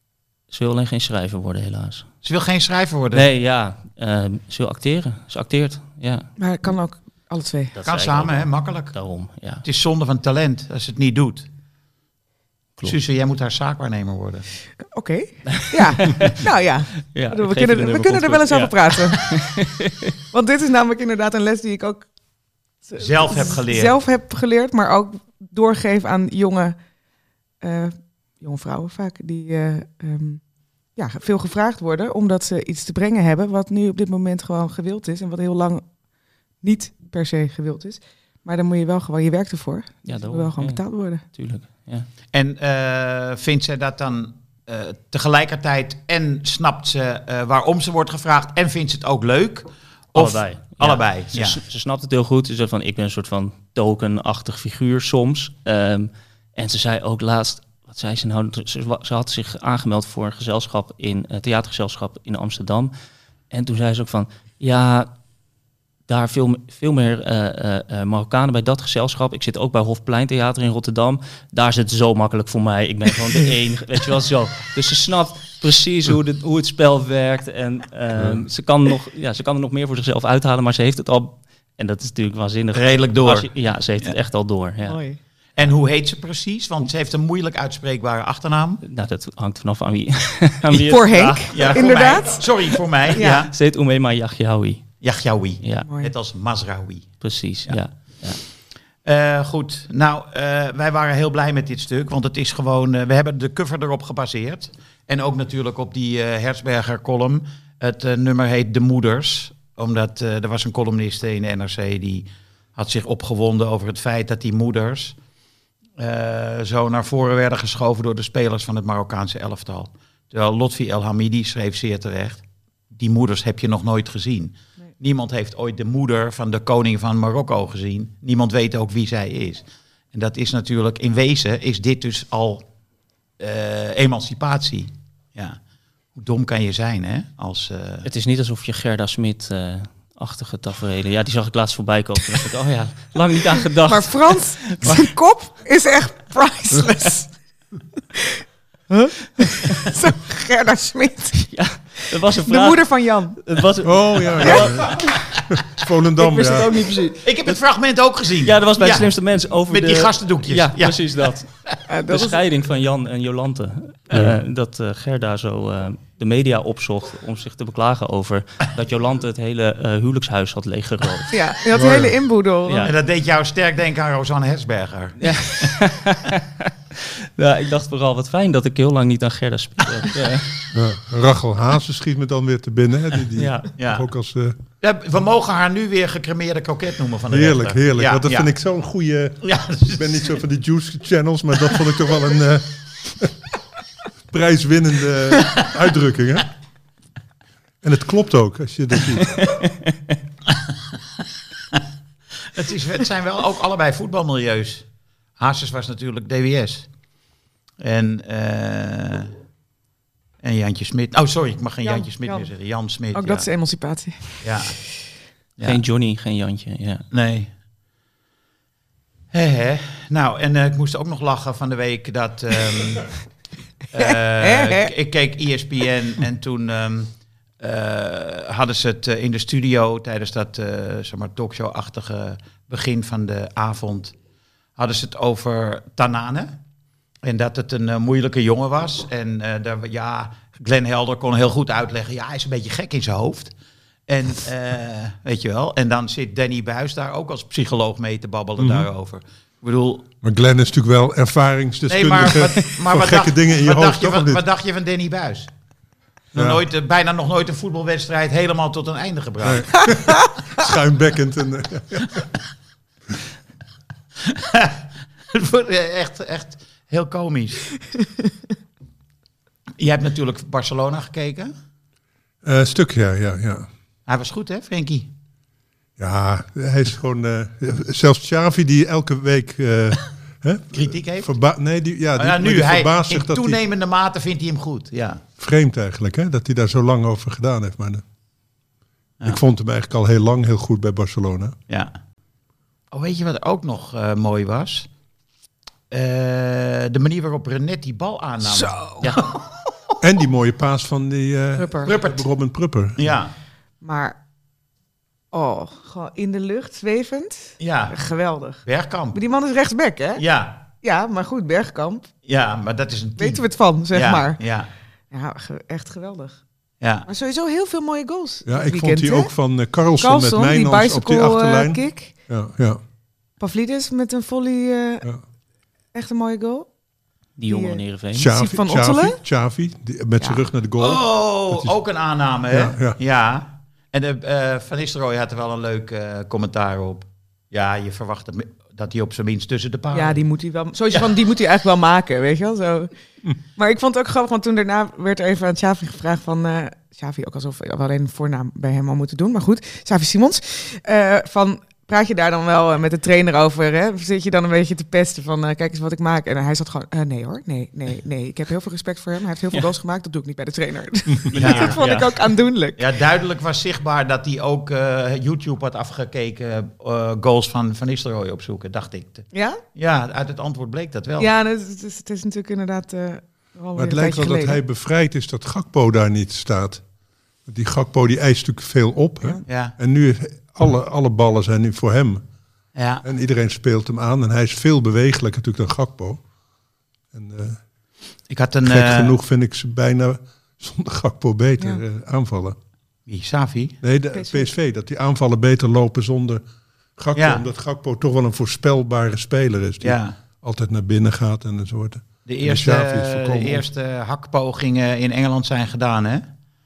Ze wil alleen geen schrijver worden, helaas. Ze wil geen schrijver worden. Nee, ja. Um, ze wil acteren. Ze acteert, ja. Maar het kan ook alle twee. Dat Kan zei ik samen, ook hè? al. Makkelijk. Daarom, ja. Het is zonde van talent als het niet doet. Klopt. Suze, jij moet haar zaakwaarnemer worden. Oké. Ja, nou ja. Ja, we ik geef kunnen, je de we kunnen er wel eens nummer over praten. Want dit is namelijk inderdaad een les die ik ook Zelf heb geleerd. zelf heb geleerd, maar ook doorgeef aan jonge, uh, jonge vrouwen vaak, die uh, um, ja, veel gevraagd worden, omdat ze iets te brengen hebben, wat nu op dit moment gewoon gewild is en wat heel lang niet per se gewild is. Maar dan moet je wel gewoon, je werkt ervoor. Ja, Dus er moet daarom, wel gewoon ja. betaald worden. Tuurlijk, ja. En uh, vindt zij dat dan uh, tegelijkertijd en snapt ze uh, waarom ze wordt gevraagd en vindt ze het ook leuk? Of Allebei. Ja. Allebei, Ze, ja. ze, ze snapt het heel goed. Ze zei van, ik ben een soort van tokenachtig figuur soms. Um, en ze zei ook laatst, wat zei ze nou? Ze, ze had zich aangemeld voor een gezelschap in een theatergezelschap in Amsterdam. En toen zei ze ook van, ja, daar veel, veel meer uh, uh, Marokkanen bij dat gezelschap. Ik zit ook bij Hofpleintheater in Rotterdam. Daar is het zo makkelijk voor mij. Ik ben gewoon de enige, weet je wel, zo. Dus ze snapt precies hoe, de, hoe het spel werkt. En um, ze, kan nog, ja, ze kan er nog meer voor zichzelf uithalen, maar ze heeft het al... En dat is natuurlijk waanzinnig. Redelijk door. Als je, ja, ze heeft Ja. het echt al door. Ja. Mooi. En hoe heet ze precies? Want ze heeft een moeilijk uitspreekbare achternaam. Nou, dat hangt vanaf aan wie, aan wie het Voor Henk, vraagt. Ja, voor inderdaad. mij. Sorry, voor mij. Ja. Ja. Ze heet Oumema Yaghyaoui. Yaghyaoui. Ja, Mooi. Net als Mazraoui. precies. Ja. Ja. Ja. Uh, goed, nou, uh, wij waren heel blij met dit stuk, want het is gewoon, uh, we hebben de cover erop gebaseerd. En ook natuurlijk op die uh, Herzberger column. Het uh, nummer heet De Moeders, omdat uh, er was een columniste in de N R C die had zich opgewonden over het feit dat die moeders uh, zo naar voren werden geschoven door de spelers van het Marokkaanse elftal. Terwijl Lotfi El Hamidi schreef zeer terecht, die moeders heb je nog nooit gezien. Nee. Niemand heeft ooit de moeder van de koning van Marokko gezien. Niemand weet ook wie zij is. En dat is natuurlijk, in wezen is dit dus al uh, emancipatie. Ja. Hoe dom kan je zijn, hè? Als, uh... Het is niet alsof je Gerda Smit... Uh, achtige tafereelen. Ja, die zag ik laatst voorbij komen. Toen dacht ik, oh ja, lang niet aan gedacht. Maar Frans, zijn kop is echt priceless. Huh? Zo, Gerda Smit. Ja, dat was een De vraag. moeder van Jan. Het was een... Oh ja, ja. ja. Volendam, Ik wist ja. het ook niet precies. Ik heb het fragment ook gezien. Ja, dat was bij ja. de slimste mens over Met de... die gastendoekjes. Ja, Ja. precies dat. Uh, dat De was... scheiding van Jan en Jolante. Ja. Uh, dat uh, Gerda zo uh, de media opzocht om zich te beklagen over dat Jolante het hele uh, huwelijkshuis had leeggeroofd. Ja, je had de hele inboedel. Ja. En dat deed jou sterk denken aan Rosanne Herzberger. Ja. Ja, ik dacht vooral wat fijn dat ik heel lang niet aan Gerda speelde. Ja. Ja, Rachel Hazen schiet me dan weer te binnen. Hè, die, die Ja. Ja. ook als, uh, Ja, we mogen haar nu weer gecremeerde kroket noemen van de heerlijk, rechter. heerlijk. Ja, Want dat ja. vind ik zo'n goede... Ja, Ik ben niet zo van die juice channels, maar dat vond ik toch wel een uh, prijswinnende uitdrukking. Hè? En het klopt ook, als je dat ziet. het, is, het zijn wel ook allebei voetbalmilieus. Hazes was natuurlijk D W S. En, uh, en Jantje Smit. Oh, sorry, ik mag geen Jan, Jantje Smit Jan. meer zeggen. Jan Smit. Ook ja. dat is emancipatie. Ja. Ja. Geen Johnny, geen Jantje. Ja. Nee. He, he. Nou, en uh, ik moest ook nog lachen van de week dat... Um, uh, ik, ik keek E S P N en toen um, uh, hadden ze het uh, in de studio... tijdens dat uh, zeg maar talkshow-achtige begin van de avond... hadden ze het over Tanane. En dat het een uh, moeilijke jongen was. En uh, daar, ja, Glenn Helder kon heel goed uitleggen... ja, hij is een beetje gek in zijn hoofd. En uh, weet je wel, en dan zit Danny Buijs daar ook als psycholoog mee te babbelen mm-hmm. daarover. Ik bedoel... Maar Glenn is natuurlijk wel ervaringsdeskundige nee, maar, maar, voor gekke dacht, dingen in je wat hoofd. Dacht je toch, van, wat dacht je van Danny Buijs? Nog ja. nooit, bijna nog nooit een voetbalwedstrijd helemaal tot een einde gebracht. Nee. Schuimbekkend. En, het wordt echt, echt heel komisch. Je hebt natuurlijk Barcelona gekeken. Een uh, stuk, ja, ja, ja. Hij was goed, hè, Frenkie? Ja, hij is gewoon... Uh, zelfs Xavi, die elke week... Uh, hè, kritiek heeft? Verba- nee, die, ja, die, ja, nu, die hij, verbaast in zich dat toenemende die, mate vindt hij hem goed, ja. Vreemd eigenlijk, hè, dat hij daar zo lang over gedaan heeft. Maar de, ja. Ik vond hem eigenlijk al heel lang heel goed bij Barcelona. Ja. Oh, weet je wat ook nog uh, mooi was? Uh, de manier waarop Renet die bal aannam. Zo. Ja. En die mooie paas van die uh, Prupper. Robin Prupper. Ja. Maar, oh, gewoon in de lucht, zwevend. Ja. Geweldig. Bergkamp. Maar die man is rechtsback, hè? Ja. Ja, maar goed, Bergkamp. Ja, maar dat is een team. Weten we het van, zeg ja, maar. Ja. Ja, ge- echt geweldig. Ja. Maar sowieso heel veel mooie goals. Ja, ik weekend, vond die hè? ook van uh, Carlson, Carlson met Mijnans op die achterlijn. Uh, kick. Ja, ja. Pavlidis met een volley. Uh, ja. Echt een mooie goal. Die jongen van Heerenveen. Xavi, van Xavi, Xavi die, met zijn ja. rug naar de goal. Oh, is... ook een aanname, hè? Ja. ja. ja. En de, uh, Van Nistelrooy had er wel een leuk uh, commentaar op. Ja, je verwacht het, dat hij op zijn minst tussen de palen... Ja, die moet hij wel... Sowieso ja. van, die moet hij eigenlijk wel maken, weet je wel? Zo. Hm. Maar ik vond het ook grappig, want toen daarna werd er even aan Xavi gevraagd van... Uh, Xavi, ook alsof we alleen een voornaam bij hem al moeten doen, maar goed. Xavi Simons. Uh, van... Praat je daar dan wel met de trainer over? Hè? Zit je dan een beetje te pesten van, uh, kijk eens wat ik maak? En hij zat gewoon, uh, nee hoor, nee, nee, nee. Ik heb heel veel respect voor hem. Hij heeft heel veel ja. goals gemaakt. Dat doe ik niet bij de trainer. Ja, dat vond ja. ik ook aandoenlijk. Ja, duidelijk was zichtbaar dat hij ook uh, YouTube had afgekeken. Uh, goals van Van Nistelrooy opzoeken, dacht ik. Ja? Ja, uit het antwoord bleek dat wel. Ja, het is, het is natuurlijk inderdaad uh, al maar het lijkt wel geleden. Dat hij bevrijd is dat Gakpo daar niet staat. Die Gakpo die eist natuurlijk veel op. Hè? Ja. En nu... Alle, alle ballen zijn nu voor hem. Ja. En iedereen speelt hem aan. En hij is veel bewegelijker natuurlijk dan Gakpo. En, uh, ik had een, gek uh, genoeg vind ik ze bijna zonder Gakpo beter ja. uh, aanvallen. Wie, Xavi? Nee, de P S V. P S V. Dat die aanvallen beter lopen zonder Gakpo. Ja. Omdat Gakpo toch wel een voorspelbare speler is. Die ja. altijd naar binnen gaat en enzovoort. De eerste, de, de eerste hakpogingen in Engeland zijn gedaan, hè?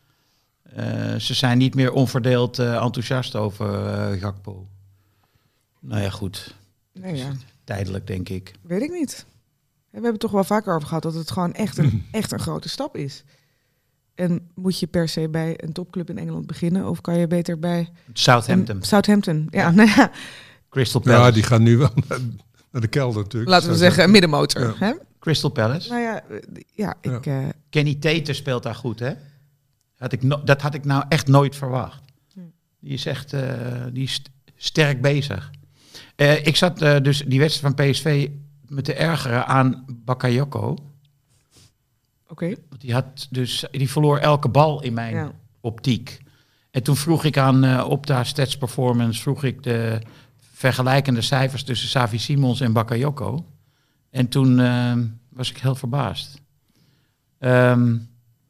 Uh, ze zijn niet meer onverdeeld uh, enthousiast over uh, Gakpo. Nou ja, goed. Nee, ja. Tijdelijk, denk ik. Weet ik niet. We hebben het toch wel vaker over gehad dat het gewoon echt een, echt een grote stap is. En moet je per se bij een topclub in Engeland beginnen? Of kan je beter bij... Southampton. Een, Southampton, ja. Nou ja. Crystal Palace. Ja, die gaan nu wel naar, naar de kelder natuurlijk. Laten we zeggen, een middenmotor. Ja. Hè? Crystal Palace. Nou ja, ja, ik... Ja. Uh... Kenny Tater speelt daar goed, hè? Had ik no- dat had ik nou echt nooit verwacht. Die is echt uh, die is st- sterk bezig. Uh, ik zat uh, dus die wedstrijd van P S V me te ergeren aan Bakayoko. Oké. Okay. Die had dus die verloor elke bal in mijn ja. optiek. En toen vroeg ik aan uh, Opta Stats Performance vroeg ik de vergelijkende cijfers tussen Xavi Simons en Bakayoko. En toen uh, was ik heel verbaasd. Um,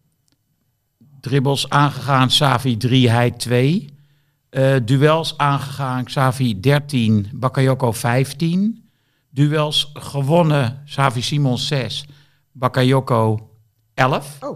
Dribbles aangegaan, Xavi drie, hij twee. Uh, duels aangegaan, Xavi dertien, Bakayoko vijftien. Duels gewonnen, Xavi Simons zes, Bakayoko elf. Oh.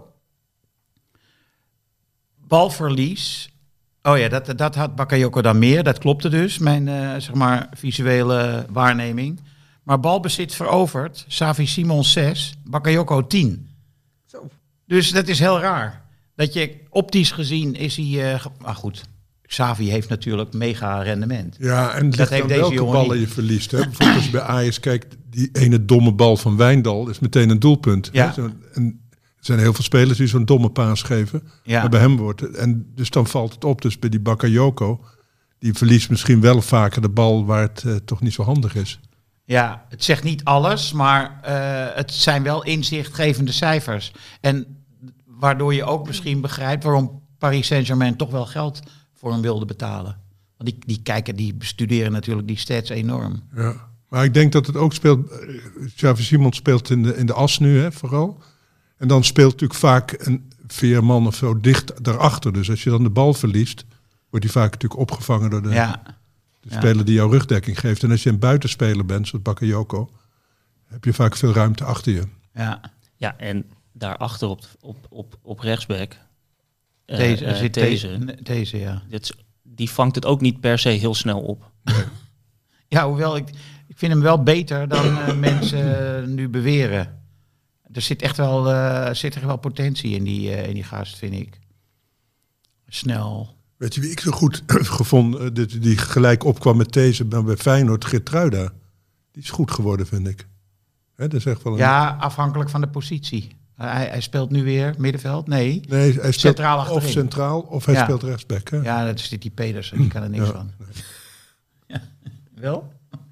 Balverlies. Oh ja, dat, dat had Bakayoko dan meer. Dat klopte dus, mijn uh, zeg maar visuele waarneming. Maar balbezit veroverd, Xavi Simons zes, Bakayoko tien. Zo. Dus dat is heel raar. Dat je optisch gezien is hij... Uh, ge- maar goed, Xavi heeft natuurlijk mega rendement. Ja, en dat heeft deze welke ballen niet. je verliest. Hè? Bijvoorbeeld als je bij Ajax kijkt, die ene domme bal van Wijndal is meteen een doelpunt. Ja. Hè? Zo, en er zijn heel veel spelers die zo'n domme paas geven. Ja. Maar bij hem wordt het... En dus dan valt het op. Dus bij die Bakayoko, die verliest misschien wel vaker de bal waar het uh, toch niet zo handig is. Ja, het zegt niet alles, maar uh, het zijn wel inzichtgevende cijfers. En waardoor je ook misschien begrijpt waarom Paris Saint-Germain toch wel geld voor hem wilde betalen. Want die, die kijken, die bestuderen natuurlijk die stats enorm. Ja, maar ik denk dat het ook speelt. Xavi Simons speelt in de, in de as nu, hè, vooral. En dan speelt natuurlijk vaak een vier man of zo dicht daarachter. Dus als je dan de bal verliest, wordt die vaak natuurlijk opgevangen door de, ja. de speler ja. die jouw rugdekking geeft. En als je een buitenspeler bent, zoals Bakayoko, heb je vaak veel ruimte achter je. Ja, ja en daarachter op, op, op, op rechtsback. Deze, uh, uh, zit deze, deze, deze ja. Dit, die vangt het ook niet per se heel snel op. Nee. Ja, hoewel ik, ik vind hem wel beter dan uh, mensen uh, nu beweren. Er zit echt wel, uh, zit er wel potentie in die, uh, in die gast, vind ik. Snel. Weet je wie ik zo goed gevonden, die, die gelijk opkwam met deze bij Feyenoord, Geertruida. Die is goed geworden, vind ik. Hè, dat is echt wel een... Ja, afhankelijk van de positie. Uh, hij, hij speelt nu weer middenveld? Nee, nee hij speelt centraal achterin. Of centraal, of hij ja. speelt rechtsback. Hè? Ja, dat is die Pedersen, die kan er niks ja. van. Nee. Ja. Wel?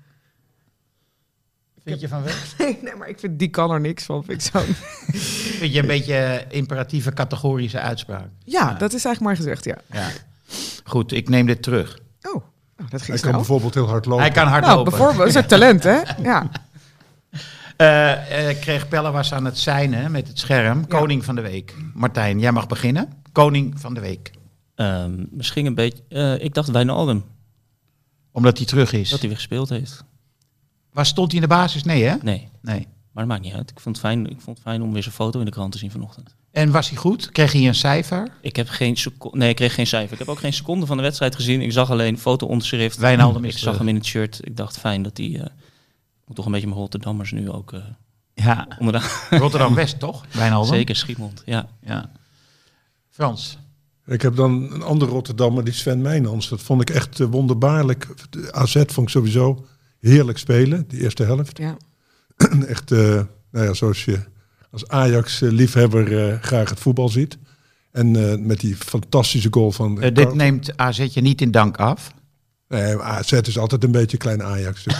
Vind je van wel? Nee, nee, maar ik vind die kan er niks van. Vind ik zo. Vind je een beetje imperatieve, categorische uitspraak? Ja, ja, dat is eigenlijk maar gezegd, ja. ja. Goed, ik neem dit terug. Oh, oh dat ging Hij snel. kan bijvoorbeeld heel hard lopen. Hij kan hard nou, lopen. Bijvoorbeeld, dat is een talent, hè? Ja. Uh, uh, kreeg Pelle was aan het seinen met het scherm. Ja. Koning van de week. Martijn, jij mag beginnen. Koning van de week. Um, misschien een beetje... Uh, ik dacht Wijnaldum. Omdat hij terug is. Dat hij weer gespeeld heeft. Waar stond hij in de basis? Nee, hè? Nee. nee. Maar dat maakt niet uit. Ik vond, het fijn, ik vond het fijn om weer zijn foto in de krant te zien vanochtend. En was hij goed? Kreeg hij een cijfer? Ik heb geen seconde... Nee, ik kreeg geen cijfer. Ik heb ook geen seconde van de wedstrijd gezien. Ik zag alleen foto-onderschrift. Wijnaldum is Ik terug. zag hem in het shirt. Ik dacht, fijn dat hij... Uh, moet toch een beetje mijn Rotterdammers nu ook... Uh, ja, Rotterdam-West, toch? Wijnaldum? Zeker, Schiedmond, ja. ja. Frans? Ik heb dan een andere Rotterdammer, die Sven Meijnans. Dat vond ik echt uh, wonderbaarlijk. De A Z vond ik sowieso heerlijk spelen, die eerste helft. Ja. Echt, uh, nou ja, zoals je als Ajax-liefhebber uh, graag het voetbal ziet. En uh, met die fantastische goal van... Uh, dit neemt A Z je niet in dank af? Nee, A Z is altijd een beetje klein Ajax. Dus,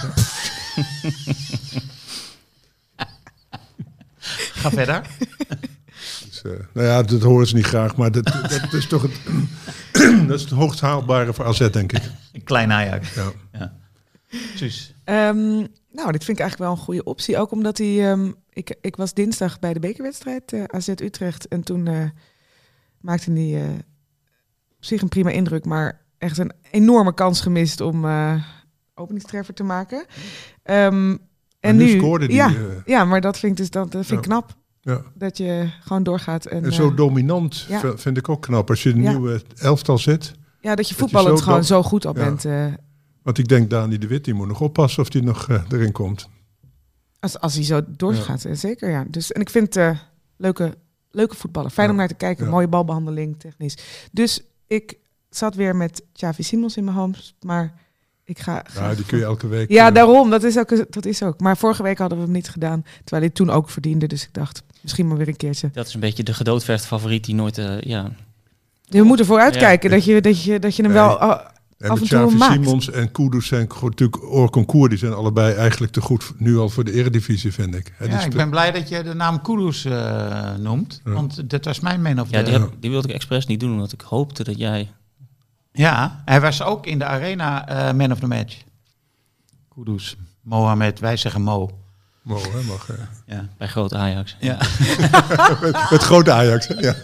Ga verder. Dus, uh, nou ja, dat horen ze niet graag, maar dat, dat is toch het, dat is het hoogst haalbare voor A Z, denk ik. Een klein Ajax. Ja. ja. Suus. Um, nou, dit vind ik eigenlijk wel een goede optie. Ook omdat hij... Um, ik, ik was dinsdag bij de bekerwedstrijd uh, A Z Utrecht. En toen uh, maakte hij uh, op zich een prima indruk. Maar echt een enorme kans gemist om uh, openingstreffer te maken. Um, en nu, nu scoorde die... Ja, uh, ja, maar dat vind ik dus dat, dat vind ik ja. knap. Ja. Dat je gewoon doorgaat. En, en zo uh, dominant ja. vind ik ook knap. Als je een ja. nieuwe elftal zit. Ja, dat je voetballend gewoon do- zo goed al ja. bent. Uh, Want ik denk, Dani de Wit, die moet nog oppassen of die nog uh, erin komt. Als, als hij zo doorgaat, ja. zeker ja. Dus, en ik vind uh, leuke, leuke voetballen. Fijn ja. om naar te kijken. Ja. Mooie balbehandeling, technisch. Dus ik zat weer met Xavi Simons in mijn hoofd. Maar ik ga... Ja, die kun je elke week... Ja, uh, daarom. Dat is, ook, dat is ook. Maar vorige week hadden we hem niet gedaan. Terwijl hij toen ook verdiende. Dus ik dacht, misschien maar weer een keertje. Dat is een beetje de gedoodverfde favoriet die nooit... Uh, ja. We moeten vooruitkijken ja. dat, je, dat, je, dat je hem nee. wel... Uh, En af en Xavi toe Simons en Kudus zijn natuurlijk Orconcourt, die zijn allebei eigenlijk te goed nu al voor de Eredivisie, vind ik. He, ja, ik ben blij dat je de naam Kudus uh, noemt, ja. want dat was mijn man of ja, de... die, heb, die wilde ik expres niet doen, omdat ik hoopte dat jij... Ja, hij was ook in de arena uh, man of the match. Kudus, Mohamed, wij zeggen Mo. Mo, hè, mag. Ja. Ja. Bij groot Ajax. Ja. met, met grote Ajax, hè? Ja.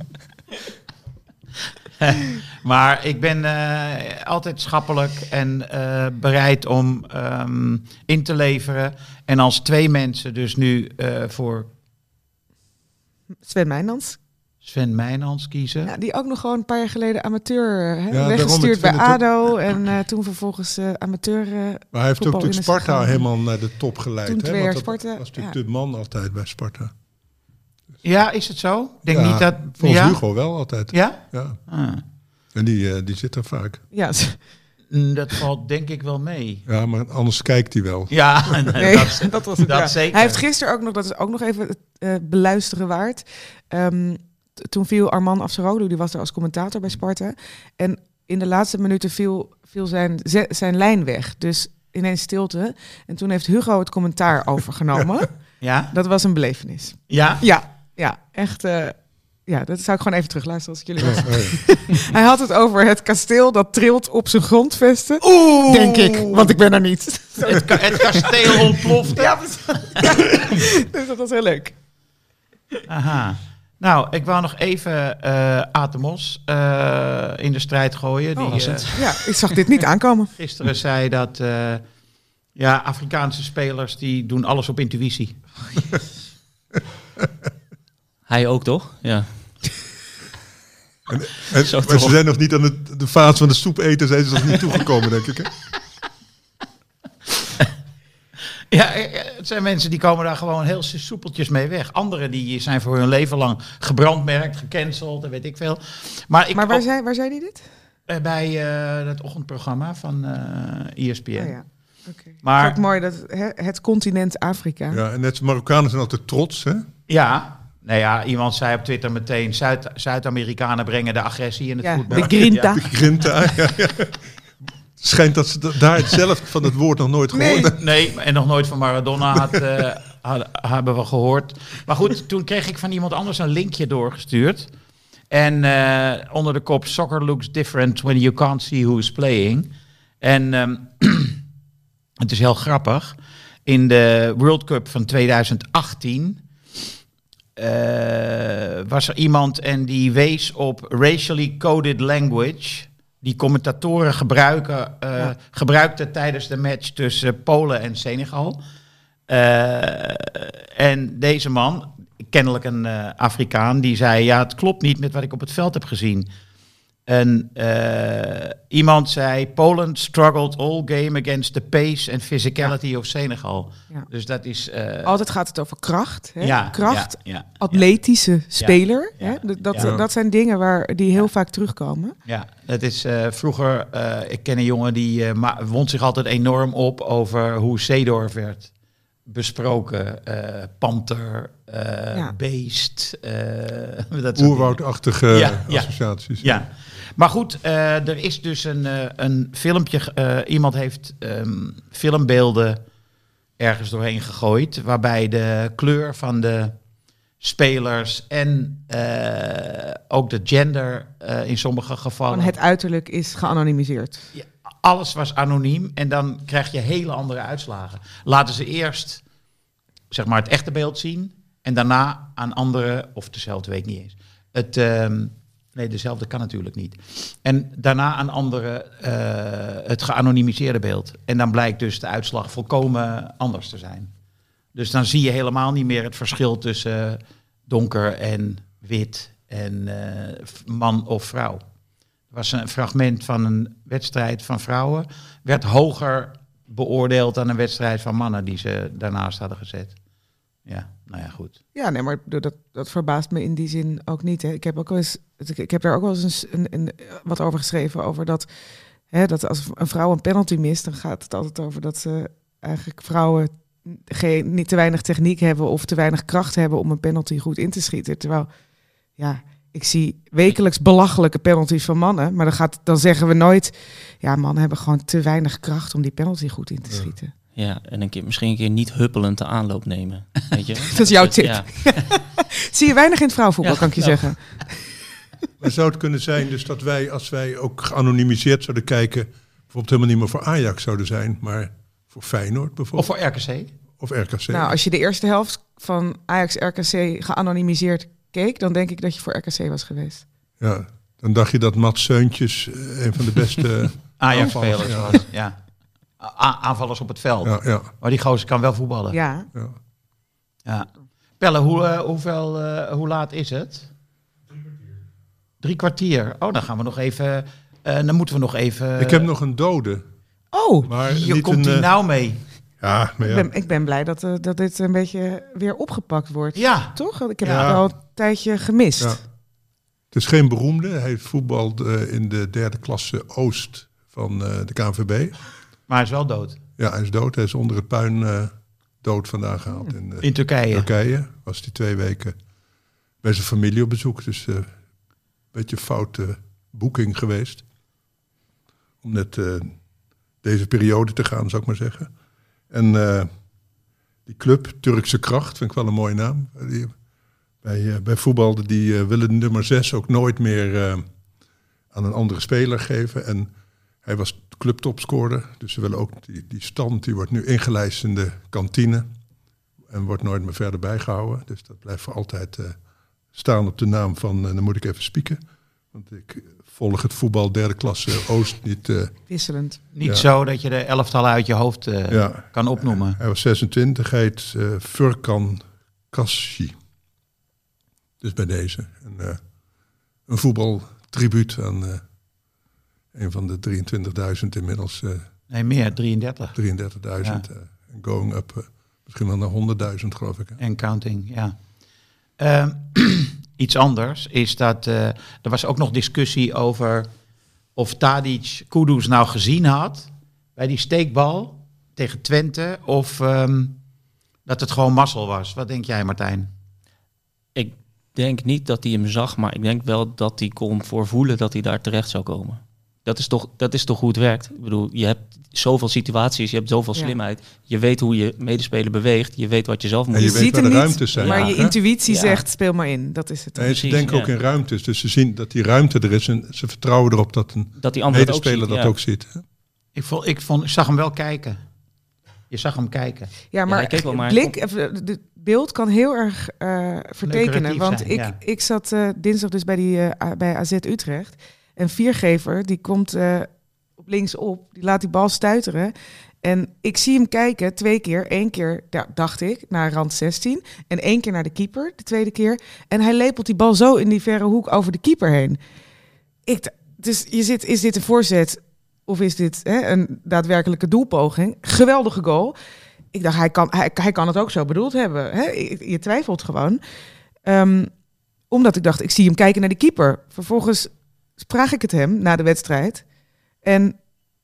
Maar ik ben uh, altijd schappelijk en uh, bereid om um, in te leveren. En als twee mensen dus nu uh, voor... Sven Meijnans. Sven Meijnans kiezen. Ja, die ook nog gewoon een paar jaar geleden amateur hè, ja, weggestuurd bij ADO. Ook... En uh, toen vervolgens uh, amateur uh, Maar hij heeft ook natuurlijk Sparta gegaan. helemaal naar de top geleid. Toen hè? twee jaar Want dat Sparta. was natuurlijk ja. de man altijd bij Sparta. Ja, is het zo? Ik denk ja, niet dat... volgens ja? Hugo wel altijd. Ja? Ja. Ah. En die, uh, die zit er vaak. Ja. Dat valt denk ik wel mee. Ja, maar anders kijkt hij wel. Ja, nee, dat, dat was het. dat ja. zeker. Hij heeft gisteren ook nog, dat is ook nog even uh, beluisteren waard. Um, t- toen viel Arman Afsaroglu, die was er als commentator bij Sparta. En in de laatste minuten viel, viel zijn, z- zijn lijn weg. Dus ineens stilte. En toen heeft Hugo het commentaar overgenomen. Ja? Dat was een belevenis. Ja? Ja, ja echt. Uh, ja, dat zou ik gewoon even terugluisteren als ik jullie was. Hij had het over het kasteel dat trilt op zijn grondvesten. Oeh! Denk ik, want ik ben er niet. Het, ka- het kasteel ontplofte. Ja, ja, dus dat was heel leuk. Aha. Nou, ik wou nog even uh, Atemos uh, in de strijd gooien. Oh, die uh, ja, ik zag dit niet aankomen. gisteren zei dat uh, ja, Afrikaanse spelers die doen alles op intuïtie. Oh, Hij ook, toch? Ja. En, en, Zo maar toch. ze zijn nog niet aan de, de fase van de soep eten, zijn ze nog niet toegekomen, denk ik. Hè? Ja, het zijn mensen die komen daar gewoon heel soepeltjes mee weg. Anderen die zijn voor hun leven lang gebrandmerkt, gecanceld en weet ik veel. Maar, ik Maar waar, op, zei, waar zei hij dit? uh, bij uh, het ochtendprogramma van uh, E S P N. Oh ja. Okay. Maar het is ook mooi dat he, het continent Afrika. Ja, en net Marokkanen zijn altijd trots, hè? Ja, nou ja, iemand zei op Twitter meteen... Zuid- Zuid-Amerikanen brengen de agressie in het Ja, voetbal. de grinta. Ja. De grinta, ja, ja. Het schijnt dat ze d- daar zelf van het woord nog nooit gehoord Nee, hebben. nee, en nog nooit van Maradona had, uh, had, hebben we gehoord. Maar goed, toen kreeg ik van iemand anders een linkje doorgestuurd. En uh, onder de kop Soccer looks different when you can't see who's playing. En um, het is heel grappig. In de World Cup van tweeduizend achttien... Uh, was er iemand en die wees op racially coded language... die commentatoren gebruiken, uh, ja. gebruikten tijdens de match tussen Polen en Senegal. Uh, en deze man, kennelijk een uh, Afrikaan, die zei... ja, het klopt niet met wat ik op het veld heb gezien. En uh, iemand zei... Poland struggled all game against the pace and physicality ja. of Senegal. Ja. Dus dat is... Uh, Altijd gaat het over kracht. Hè? Ja, kracht, ja, ja, atletische ja. speler. Ja, hè? ja, dat, ja. dat zijn dingen waar die heel ja. vaak terugkomen. Ja, het is uh, vroeger... Uh, ik ken een jongen die uh, ma- wond zich altijd enorm op... over hoe Seedorf werd besproken. Uh, panter, uh, ja. beest. Uh, dat Oerwoudachtige ja, associaties. Ja. ja. Maar goed, uh, er is dus een, uh, een filmpje... Uh, iemand heeft um, filmbeelden ergens doorheen gegooid... waarbij de kleur van de spelers en uh, ook de gender uh, in sommige gevallen... Van het uiterlijk is geanonimiseerd. Ja, alles was anoniem en dan krijg je hele andere uitslagen. Laten ze eerst zeg maar het echte beeld zien... en daarna aan anderen, of dezelfde weet ik niet eens... het... Um, Nee, dezelfde kan natuurlijk niet. En daarna aan anderen uh, het geanonimiseerde beeld. En dan blijkt dus de uitslag volkomen anders te zijn. Dus dan zie je helemaal niet meer het verschil tussen uh, donker en wit en uh, man of vrouw. Er was een fragment van een wedstrijd van vrouwen. Werd hoger beoordeeld dan een wedstrijd van mannen die ze daarnaast hadden gezet. Ja, nou ja, goed. Ja, nee, maar dat, dat verbaast me in die zin ook niet. Hè. Ik heb ook wel eens, ik heb daar ook wel eens een, een, een, wat over geschreven, over dat, hè, dat als een vrouw een penalty mist, dan gaat het altijd over dat ze eigenlijk vrouwen geen, niet te weinig techniek hebben of te weinig kracht hebben om een penalty goed in te schieten. Terwijl, ja, ik zie wekelijks belachelijke penalties van mannen, maar dan, gaat, dan zeggen we nooit, ja, mannen hebben gewoon te weinig kracht om die penalty goed in te schieten. Ja. Ja, en een keer, misschien een keer niet huppelend de aanloop nemen. Weet je? Dat is jouw tip. Ja. Zie je weinig in het vrouwenvoetbal, ja, kan ik je nou. zeggen. Maar zou het kunnen zijn dus dat wij, als wij ook geanonimiseerd zouden kijken... bijvoorbeeld helemaal niet meer voor Ajax zouden zijn... maar voor Feyenoord bijvoorbeeld? Of voor R K C. Of R K C. Nou, als je de eerste helft van Ajax-R K C geanonimiseerd keek... dan denk ik dat je voor R K C was geweest. Ja, dan dacht je dat Mats Seuntjes een van de beste Ajax-spelers ja. was. Ja. A- aanvallers op het veld. Ja, ja. Maar die gozer kan wel voetballen. Ja. ja. ja. Pelle, hoe, uh, hoeveel, uh, hoe laat is het? Drie kwartier. Drie kwartier. Oh, dan gaan we nog even... Uh, dan moeten we nog even... Ik heb nog een dode. Oh, maar hier niet komt hij uh... nou mee. Ja, maar ja. Ik ben, ik ben blij dat, uh, dat dit een beetje weer opgepakt wordt. Ja. Toch? Ik heb ja. het al een tijdje gemist. Ja. Het is geen beroemde. Hij voetbalt uh, in de derde klasse Oost van uh, de K N V B. Maar hij is wel dood. Ja, hij is dood. Hij is onder het puin uh, dood vandaan gehaald. In, uh, in Turkije. Turkije was hij twee weken bij zijn familie op bezoek. Dus een uh, beetje foute boeking geweest. Om net uh, deze periode te gaan, zou ik maar zeggen. En uh, die club, Turkse Kracht, vind ik wel een mooie naam. Die, bij, uh, bij voetbal, die uh, willen de nummer zes ook nooit meer uh, aan een andere speler geven. En hij was clubtopscorer, dus ze willen ook die, die stand, die wordt nu ingelijst in de kantine. En wordt nooit meer verder bijgehouden. Dus dat blijft voor altijd uh, staan op de naam van, uh, dan moet ik even spieken. Want ik volg het voetbal derde klasse Oost niet. Uh, Wisselend. Niet ja. zo dat je de elftallen uit je hoofd uh, ja. kan opnoemen. Hij was zesentwintig, hij heet uh, Furkan Kassi. Dus bij deze. En, uh, een voetbaltribuut aan uh, een van de drieëntwintigduizend inmiddels. Uh, nee, meer, drieëndertig. drieëndertigduizend. Ja. Uh, going up, uh, misschien wel naar honderdduizend geloof ik. Hè? En counting, ja. Uh, iets anders is dat uh, er was ook nog discussie over of Tadic Kudus nou gezien had bij die steekbal tegen Twente of um, dat het gewoon mazzel was. Wat denk jij, Martijn? Ik denk niet dat hij hem zag, maar ik denk wel dat hij kon voorvoelen dat hij daar terecht zou komen. Dat is toch, dat is toch hoe het werkt. Ik bedoel, je hebt zoveel situaties, je hebt zoveel Ja. slimheid. Je weet hoe je medespeler beweegt, je weet wat je zelf moet En je doen. weet ziet waar hem de niet, ruimtes zijn. maar Ja. je intuïtie Ja. zegt, speel maar in. Dat is het. Nee, ze Precies, denken ook ja. in ruimtes, dus ze zien dat die ruimte er is en ze vertrouwen erop dat een Dat die andere medespeler ook ziet, dat ja. ook ziet. Hè? Ik, vond, ik, vond, ik zag hem wel kijken. Je zag hem kijken. Ja, maar hij keek wel, maar het hij blik, even, het beeld kan heel erg uh, vertekenen. Lucratief Want zijn, ik, ja. ik zat uh, dinsdag dus bij, die, uh, bij A Z Utrecht. En Viergever, die komt uh, op linksop, die laat die bal stuiteren. En ik zie hem kijken twee keer. Eén keer, ja, dacht ik, naar rand zestien. En één keer naar de keeper, de tweede keer. En hij lepelt die bal zo in die verre hoek over de keeper heen. Ik, dus je zit, is dit een voorzet of is dit hè, een daadwerkelijke doelpoging? Geweldige goal. Ik dacht, hij kan, hij, hij kan het ook zo bedoeld hebben. Hè? Je, je twijfelt gewoon. Um, omdat ik dacht, ik zie hem kijken naar de keeper. Vervolgens vraag ik het hem na de wedstrijd. En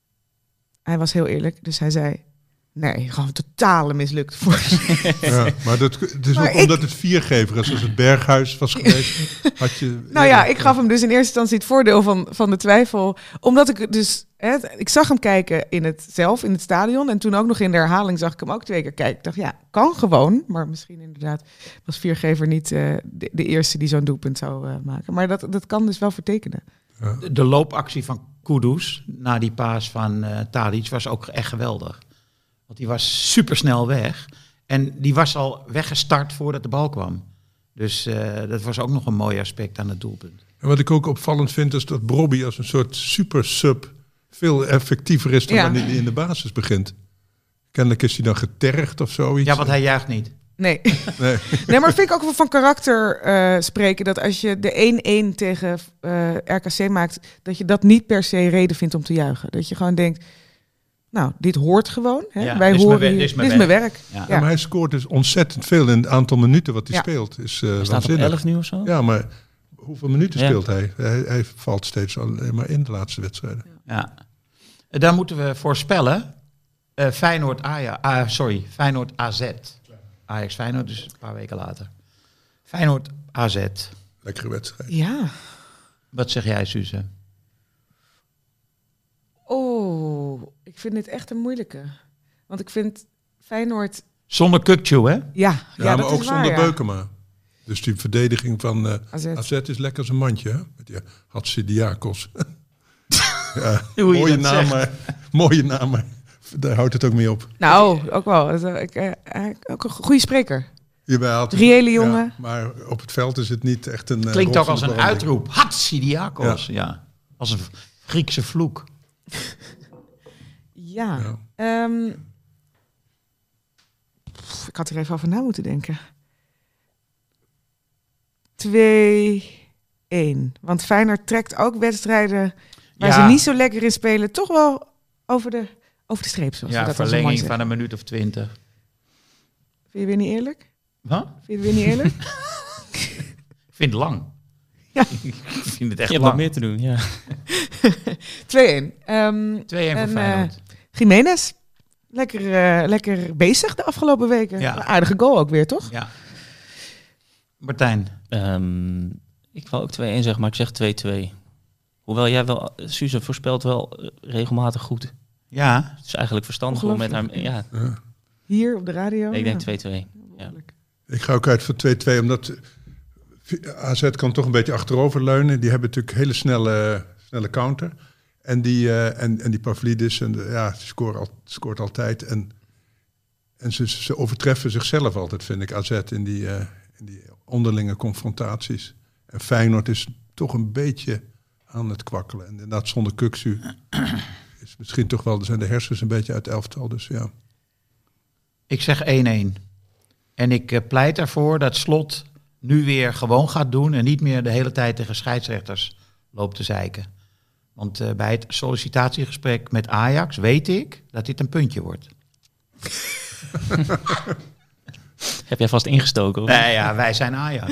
hij was heel eerlijk, dus hij zei... Nee, gewoon een totale mislukt voor. Ja, maar dat, het is Maar ook ik- omdat het Viergever is. Als het Berghuis was geweest, had je... Nou ja, ik gaf hem dus in eerste instantie het voordeel van, van de twijfel. Omdat ik dus... Hè, ik zag hem kijken in het zelf, in het stadion. En toen ook nog in de herhaling zag ik hem ook twee keer kijken. Ik dacht, ja, kan gewoon. Maar misschien inderdaad was Viergever niet uh, de, de eerste die zo'n doelpunt zou uh, maken. Maar dat, dat kan dus wel vertekenen. De, de loopactie van Kudus na die paas van uh, Tadic was ook echt geweldig. Want die was supersnel weg. En die was al weggestart voordat de bal kwam. Dus uh, dat was ook nog een mooi aspect aan het doelpunt. En wat ik ook opvallend vind, is dat Brobby als een soort super sub veel effectiever is dan Ja. wanneer hij in de basis begint. Kennelijk is hij dan getergd of zoiets. Ja, want hij juicht niet. Nee. Nee. Nee, maar vind ik ook van karakter uh, spreken... dat als je de één-één tegen uh, R K C maakt... dat je dat niet per se reden vindt om te juichen. Dat je gewoon denkt... Nou, dit hoort gewoon. Hè? Ja, Wij dit is horen mijn hier- wer- dit is mijn dit is mijn werk. Ja. Ja, maar hij scoort dus ontzettend veel in het aantal minuten wat hij Ja. speelt. Is, uh, Hij staat op waanzinnig. elf nu of zo? Ja, maar hoeveel minuten Ja. speelt hij? hij? Hij valt steeds alleen maar in de laatste wedstrijden. Ja. Dan moeten we voorspellen. Uh, Feyenoord, Ajax, uh, sorry, Feyenoord A Z. Ajax Feyenoord, dus een paar weken later. Feyenoord A Z. Lekkere wedstrijd. Ja. Wat zeg jij, Suze? Oh, ik vind dit echt een moeilijke. Want ik vind Feyenoord... Zonder Kukçu, hè? Ja, Ja, ja, maar dat ook is waar, zonder ja. Beukema. Dus die verdediging van uh, A Z. A Z is lekker als een mandje. Hè? Met die Hatsidiakos. Ja, Hoe je mooie dat naam, zegt. maar, mooie naam, maar daar houdt het ook mee op. Nou, ook wel. Het, uh, ik, uh, uh, ook een goede spreker. Hierbij haalt het- Reële jongen. Ja, maar op het veld is het niet echt een... uh, Klinkt ook rotsende als een behandeling. uitroep. Hatsidiakos. Ja. ja. Als een Griekse vloek. Ja. Ehm, pff, ik had er even over na moeten denken. twee één. Want Feyenoord trekt ook wedstrijden waar Ja. ze niet zo lekker in spelen... toch wel over de, over de streep, zoals we Ja, dat dan zo mooi verlenging zeggen. van een minuut of twintig. Vind je weer niet eerlijk? Wat? Vind je het weer niet eerlijk? Ik vind het lang. Ja. Ik vind het echt Je hebt wat lang. meer te doen, ja. twee één. Um, twee één voor en, Feyenoord. Jiménez, lekker, uh, lekker bezig de afgelopen weken. Ja. Een aardige goal ook weer, toch? Ja. Martijn. Um, ik wil ook twee één zeggen, maar ik zeg twee twee. Hoewel jij wel, Suze voorspelt wel uh, regelmatig goed. Ja. Het is eigenlijk verstandig om met haar... Ja, Ja. Hier op de radio? ik denk Ja. twee-twee. Ja. Ik ga ook uit voor twee-twee, omdat A Z kan toch een beetje achteroverleunen. Die hebben natuurlijk hele snelle, snelle counter. En die, uh, en, en die Pavlidis, en de, ja, die scoort, al, scoort altijd. En, en ze, ze overtreffen zichzelf altijd, vind ik, A Z, in die, uh, in die onderlinge confrontaties. En Feyenoord is toch een beetje aan het kwakkelen. En inderdaad, zonder Kuksu is misschien toch wel, zijn de hersens een beetje uit elftal. Dus ja. Ik zeg één-één. En ik uh, pleit ervoor dat Slot nu weer gewoon gaat doen en niet meer de hele tijd tegen scheidsrechters loopt te zeiken. Want uh, bij het sollicitatiegesprek met Ajax weet ik dat dit een puntje wordt. Heb jij vast ingestoken? Of? Nee, ja, wij zijn Ajax.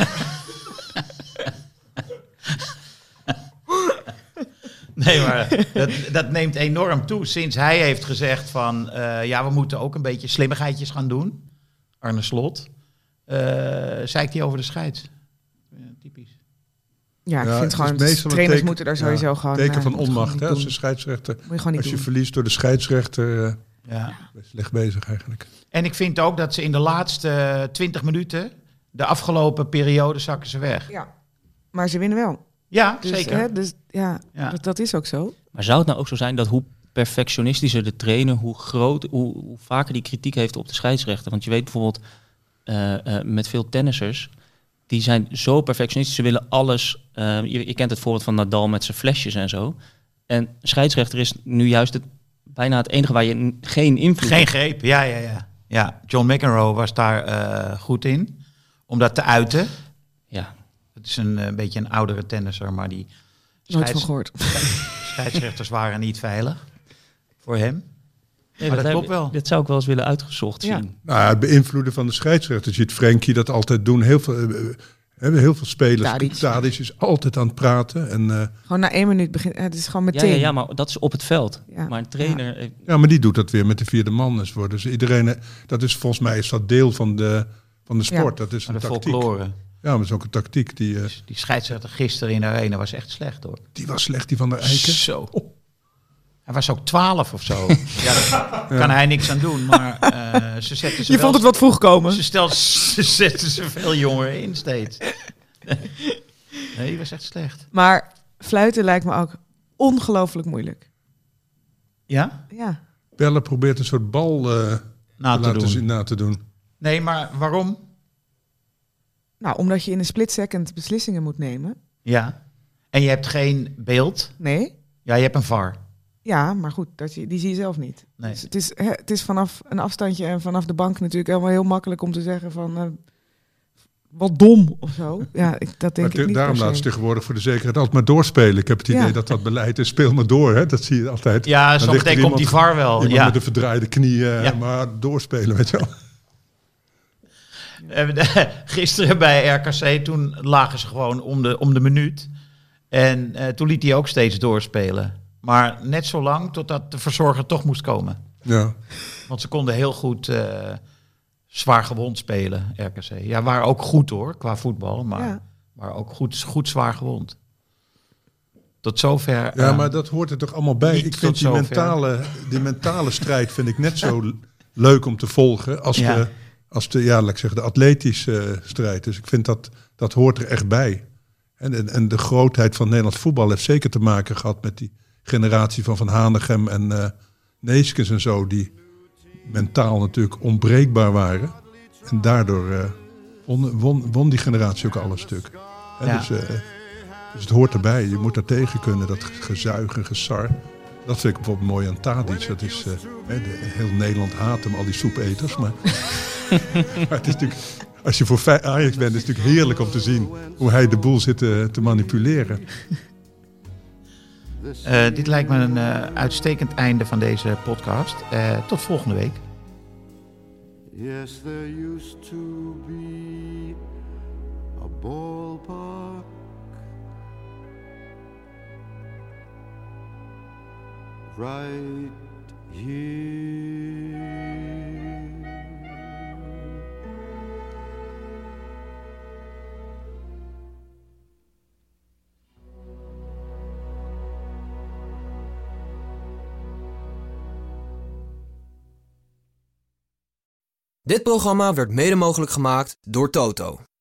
Nee, maar dat, dat neemt enorm toe sinds hij heeft gezegd van... Uh, ja, we moeten ook een beetje slimmigheidjes gaan doen. Arne Slot. Uh, zeikt hij over de scheids. Ja, typisch. Ja, ik Ja, vind het gewoon, is meestal een trainers teken- moeten daar sowieso ja, gewoon... teken uh, van moet gewoon onmacht, niet hè, als doen. een scheidsrechter. Moet je gewoon niet Als je doen. verliest door de scheidsrechter, uh, Ja. ben je slecht bezig eigenlijk. En ik vind ook dat ze in de laatste twintig minuten... de afgelopen periode zakken ze weg. Ja, maar ze winnen wel. Ja, Dus, zeker. Hè, dus ja, Ja. Dat, dat is ook zo. Maar zou het nou ook zo zijn dat hoe perfectionistischer de trainer, hoe groot, hoe, hoe vaker die kritiek heeft op de scheidsrechter? Want je weet bijvoorbeeld uh, uh, met veel tennissers, die zijn zo perfectionistisch, ze willen alles. Uh, je, je kent het voorbeeld van Nadal met zijn flesjes en zo. En scheidsrechter is nu juist het, bijna het enige waar je n- geen invloed Geen hebt. greep, ja, ja, ja. Ja, John McEnroe was daar uh, goed in. Om dat te uiten. Ja, Het is een, een beetje een oudere tennisser, maar die Nooit scheids- van gehoord. scheidsrechters waren niet veilig voor hem. nee, Maar dat heb- klopt wel. Dit zou ik wel eens willen uitgezocht Ja. zien. Nou ja, het beïnvloeden van de scheidsrechter. Je ziet Frenkie dat altijd doen. Heel veel, uh, hebben heel veel spelers. Tadic. Tadic is altijd aan het praten. En, uh, Gewoon na één minuut begint. Het is gewoon Ja, meteen. ja, ja, maar dat is op het veld. Ja. Maar een trainer... eh, ja, maar die doet dat weer met de vierde man enzovoort. Dus iedereen, uh, dat is volgens mij is dat deel van de, van de sport. Dat is Van een de tactiek. folklore. Ja, maar dat is ook een tactiek. Die, uh, Die scheidsrechter gisteren in de arena was echt slecht hoor. die was slecht, die van der Eiken. Zo. Hij was ook twaalf of zo. Ja, daar kan hij niks aan doen. Maar uh, ze zetten ze Je wel- vond het wat vroeg komen. Ze, stel, ze zetten ze veel jonger in steeds. Nee, die was echt slecht. Maar fluiten lijkt me ook ongelooflijk moeilijk. Ja? Ja. Pelle probeert een soort bal uh, Na te laten doen. zien, na te doen. Nee, maar waarom? Nou, omdat je in een split second beslissingen moet nemen. Ja. En je hebt geen beeld. Nee. Ja, je hebt een V A R. Ja, maar goed, dat je, die zie je zelf niet. Nee. Dus het, is, hè, het is vanaf een afstandje en vanaf de bank natuurlijk helemaal heel makkelijk om te zeggen van... Uh, wat dom of zo. Ja, ik, dat denk Maar te- ik niet daarom per se. laten ze tegenwoordig voor de zekerheid altijd maar doorspelen. Ik heb het idee Ja. dat dat beleid is. Speel maar door, hè? Dat zie je altijd. Ja, Dan zo ligt er meteen komt die iemand- V A R wel. Iemand Ja. met een verdraaide knie, uh, Ja. maar doorspelen, weet je wel. Eh, de- Gisteren bij R K C, toen lagen ze gewoon om de, om de minuut. En uh, toen liet hij ook steeds doorspelen. Maar net zo lang totdat de verzorger toch moest komen. Ja. Want ze konden heel goed uh, zwaar gewond spelen, R K C. Ja, waren ook goed hoor, qua voetbal. Maar Ja. waren ook goed, goed zwaar gewond. Tot zover... Ja, uh, maar dat hoort er toch allemaal bij. niet Ik tot vind die zover. mentale, die mentale strijd vind ik net zo l- leuk om te volgen als, Ja. de, als de, ja, laat ik zeggen, de atletische uh, strijd. Dus ik vind dat, dat hoort er echt bij. En, en, en de grootheid van Nederlands voetbal heeft zeker te maken gehad met die generatie van Van Hanegem en uh, Neeskens en zo, die mentaal natuurlijk onbreekbaar waren. En daardoor uh, won, won, won die generatie ook al een stuk. Hè, Ja. dus, uh, dus het hoort erbij. Je moet daar tegen kunnen, dat gezuig en gesar. Dat vind ik bijvoorbeeld mooi aan Tadic. Dat is, uh, hè, de, heel Nederland haat hem, al die soepeters. Maar, maar het is natuurlijk, als je voor Fey- Ajax bent, is het natuurlijk heerlijk om te zien hoe hij de boel zit te, te manipuleren. Uh, dit lijkt me een uh, uitstekend einde van deze podcast. Uh, tot volgende week. Yes, there used to be a ballpark right here. Dit programma werd mede mogelijk gemaakt door Toto.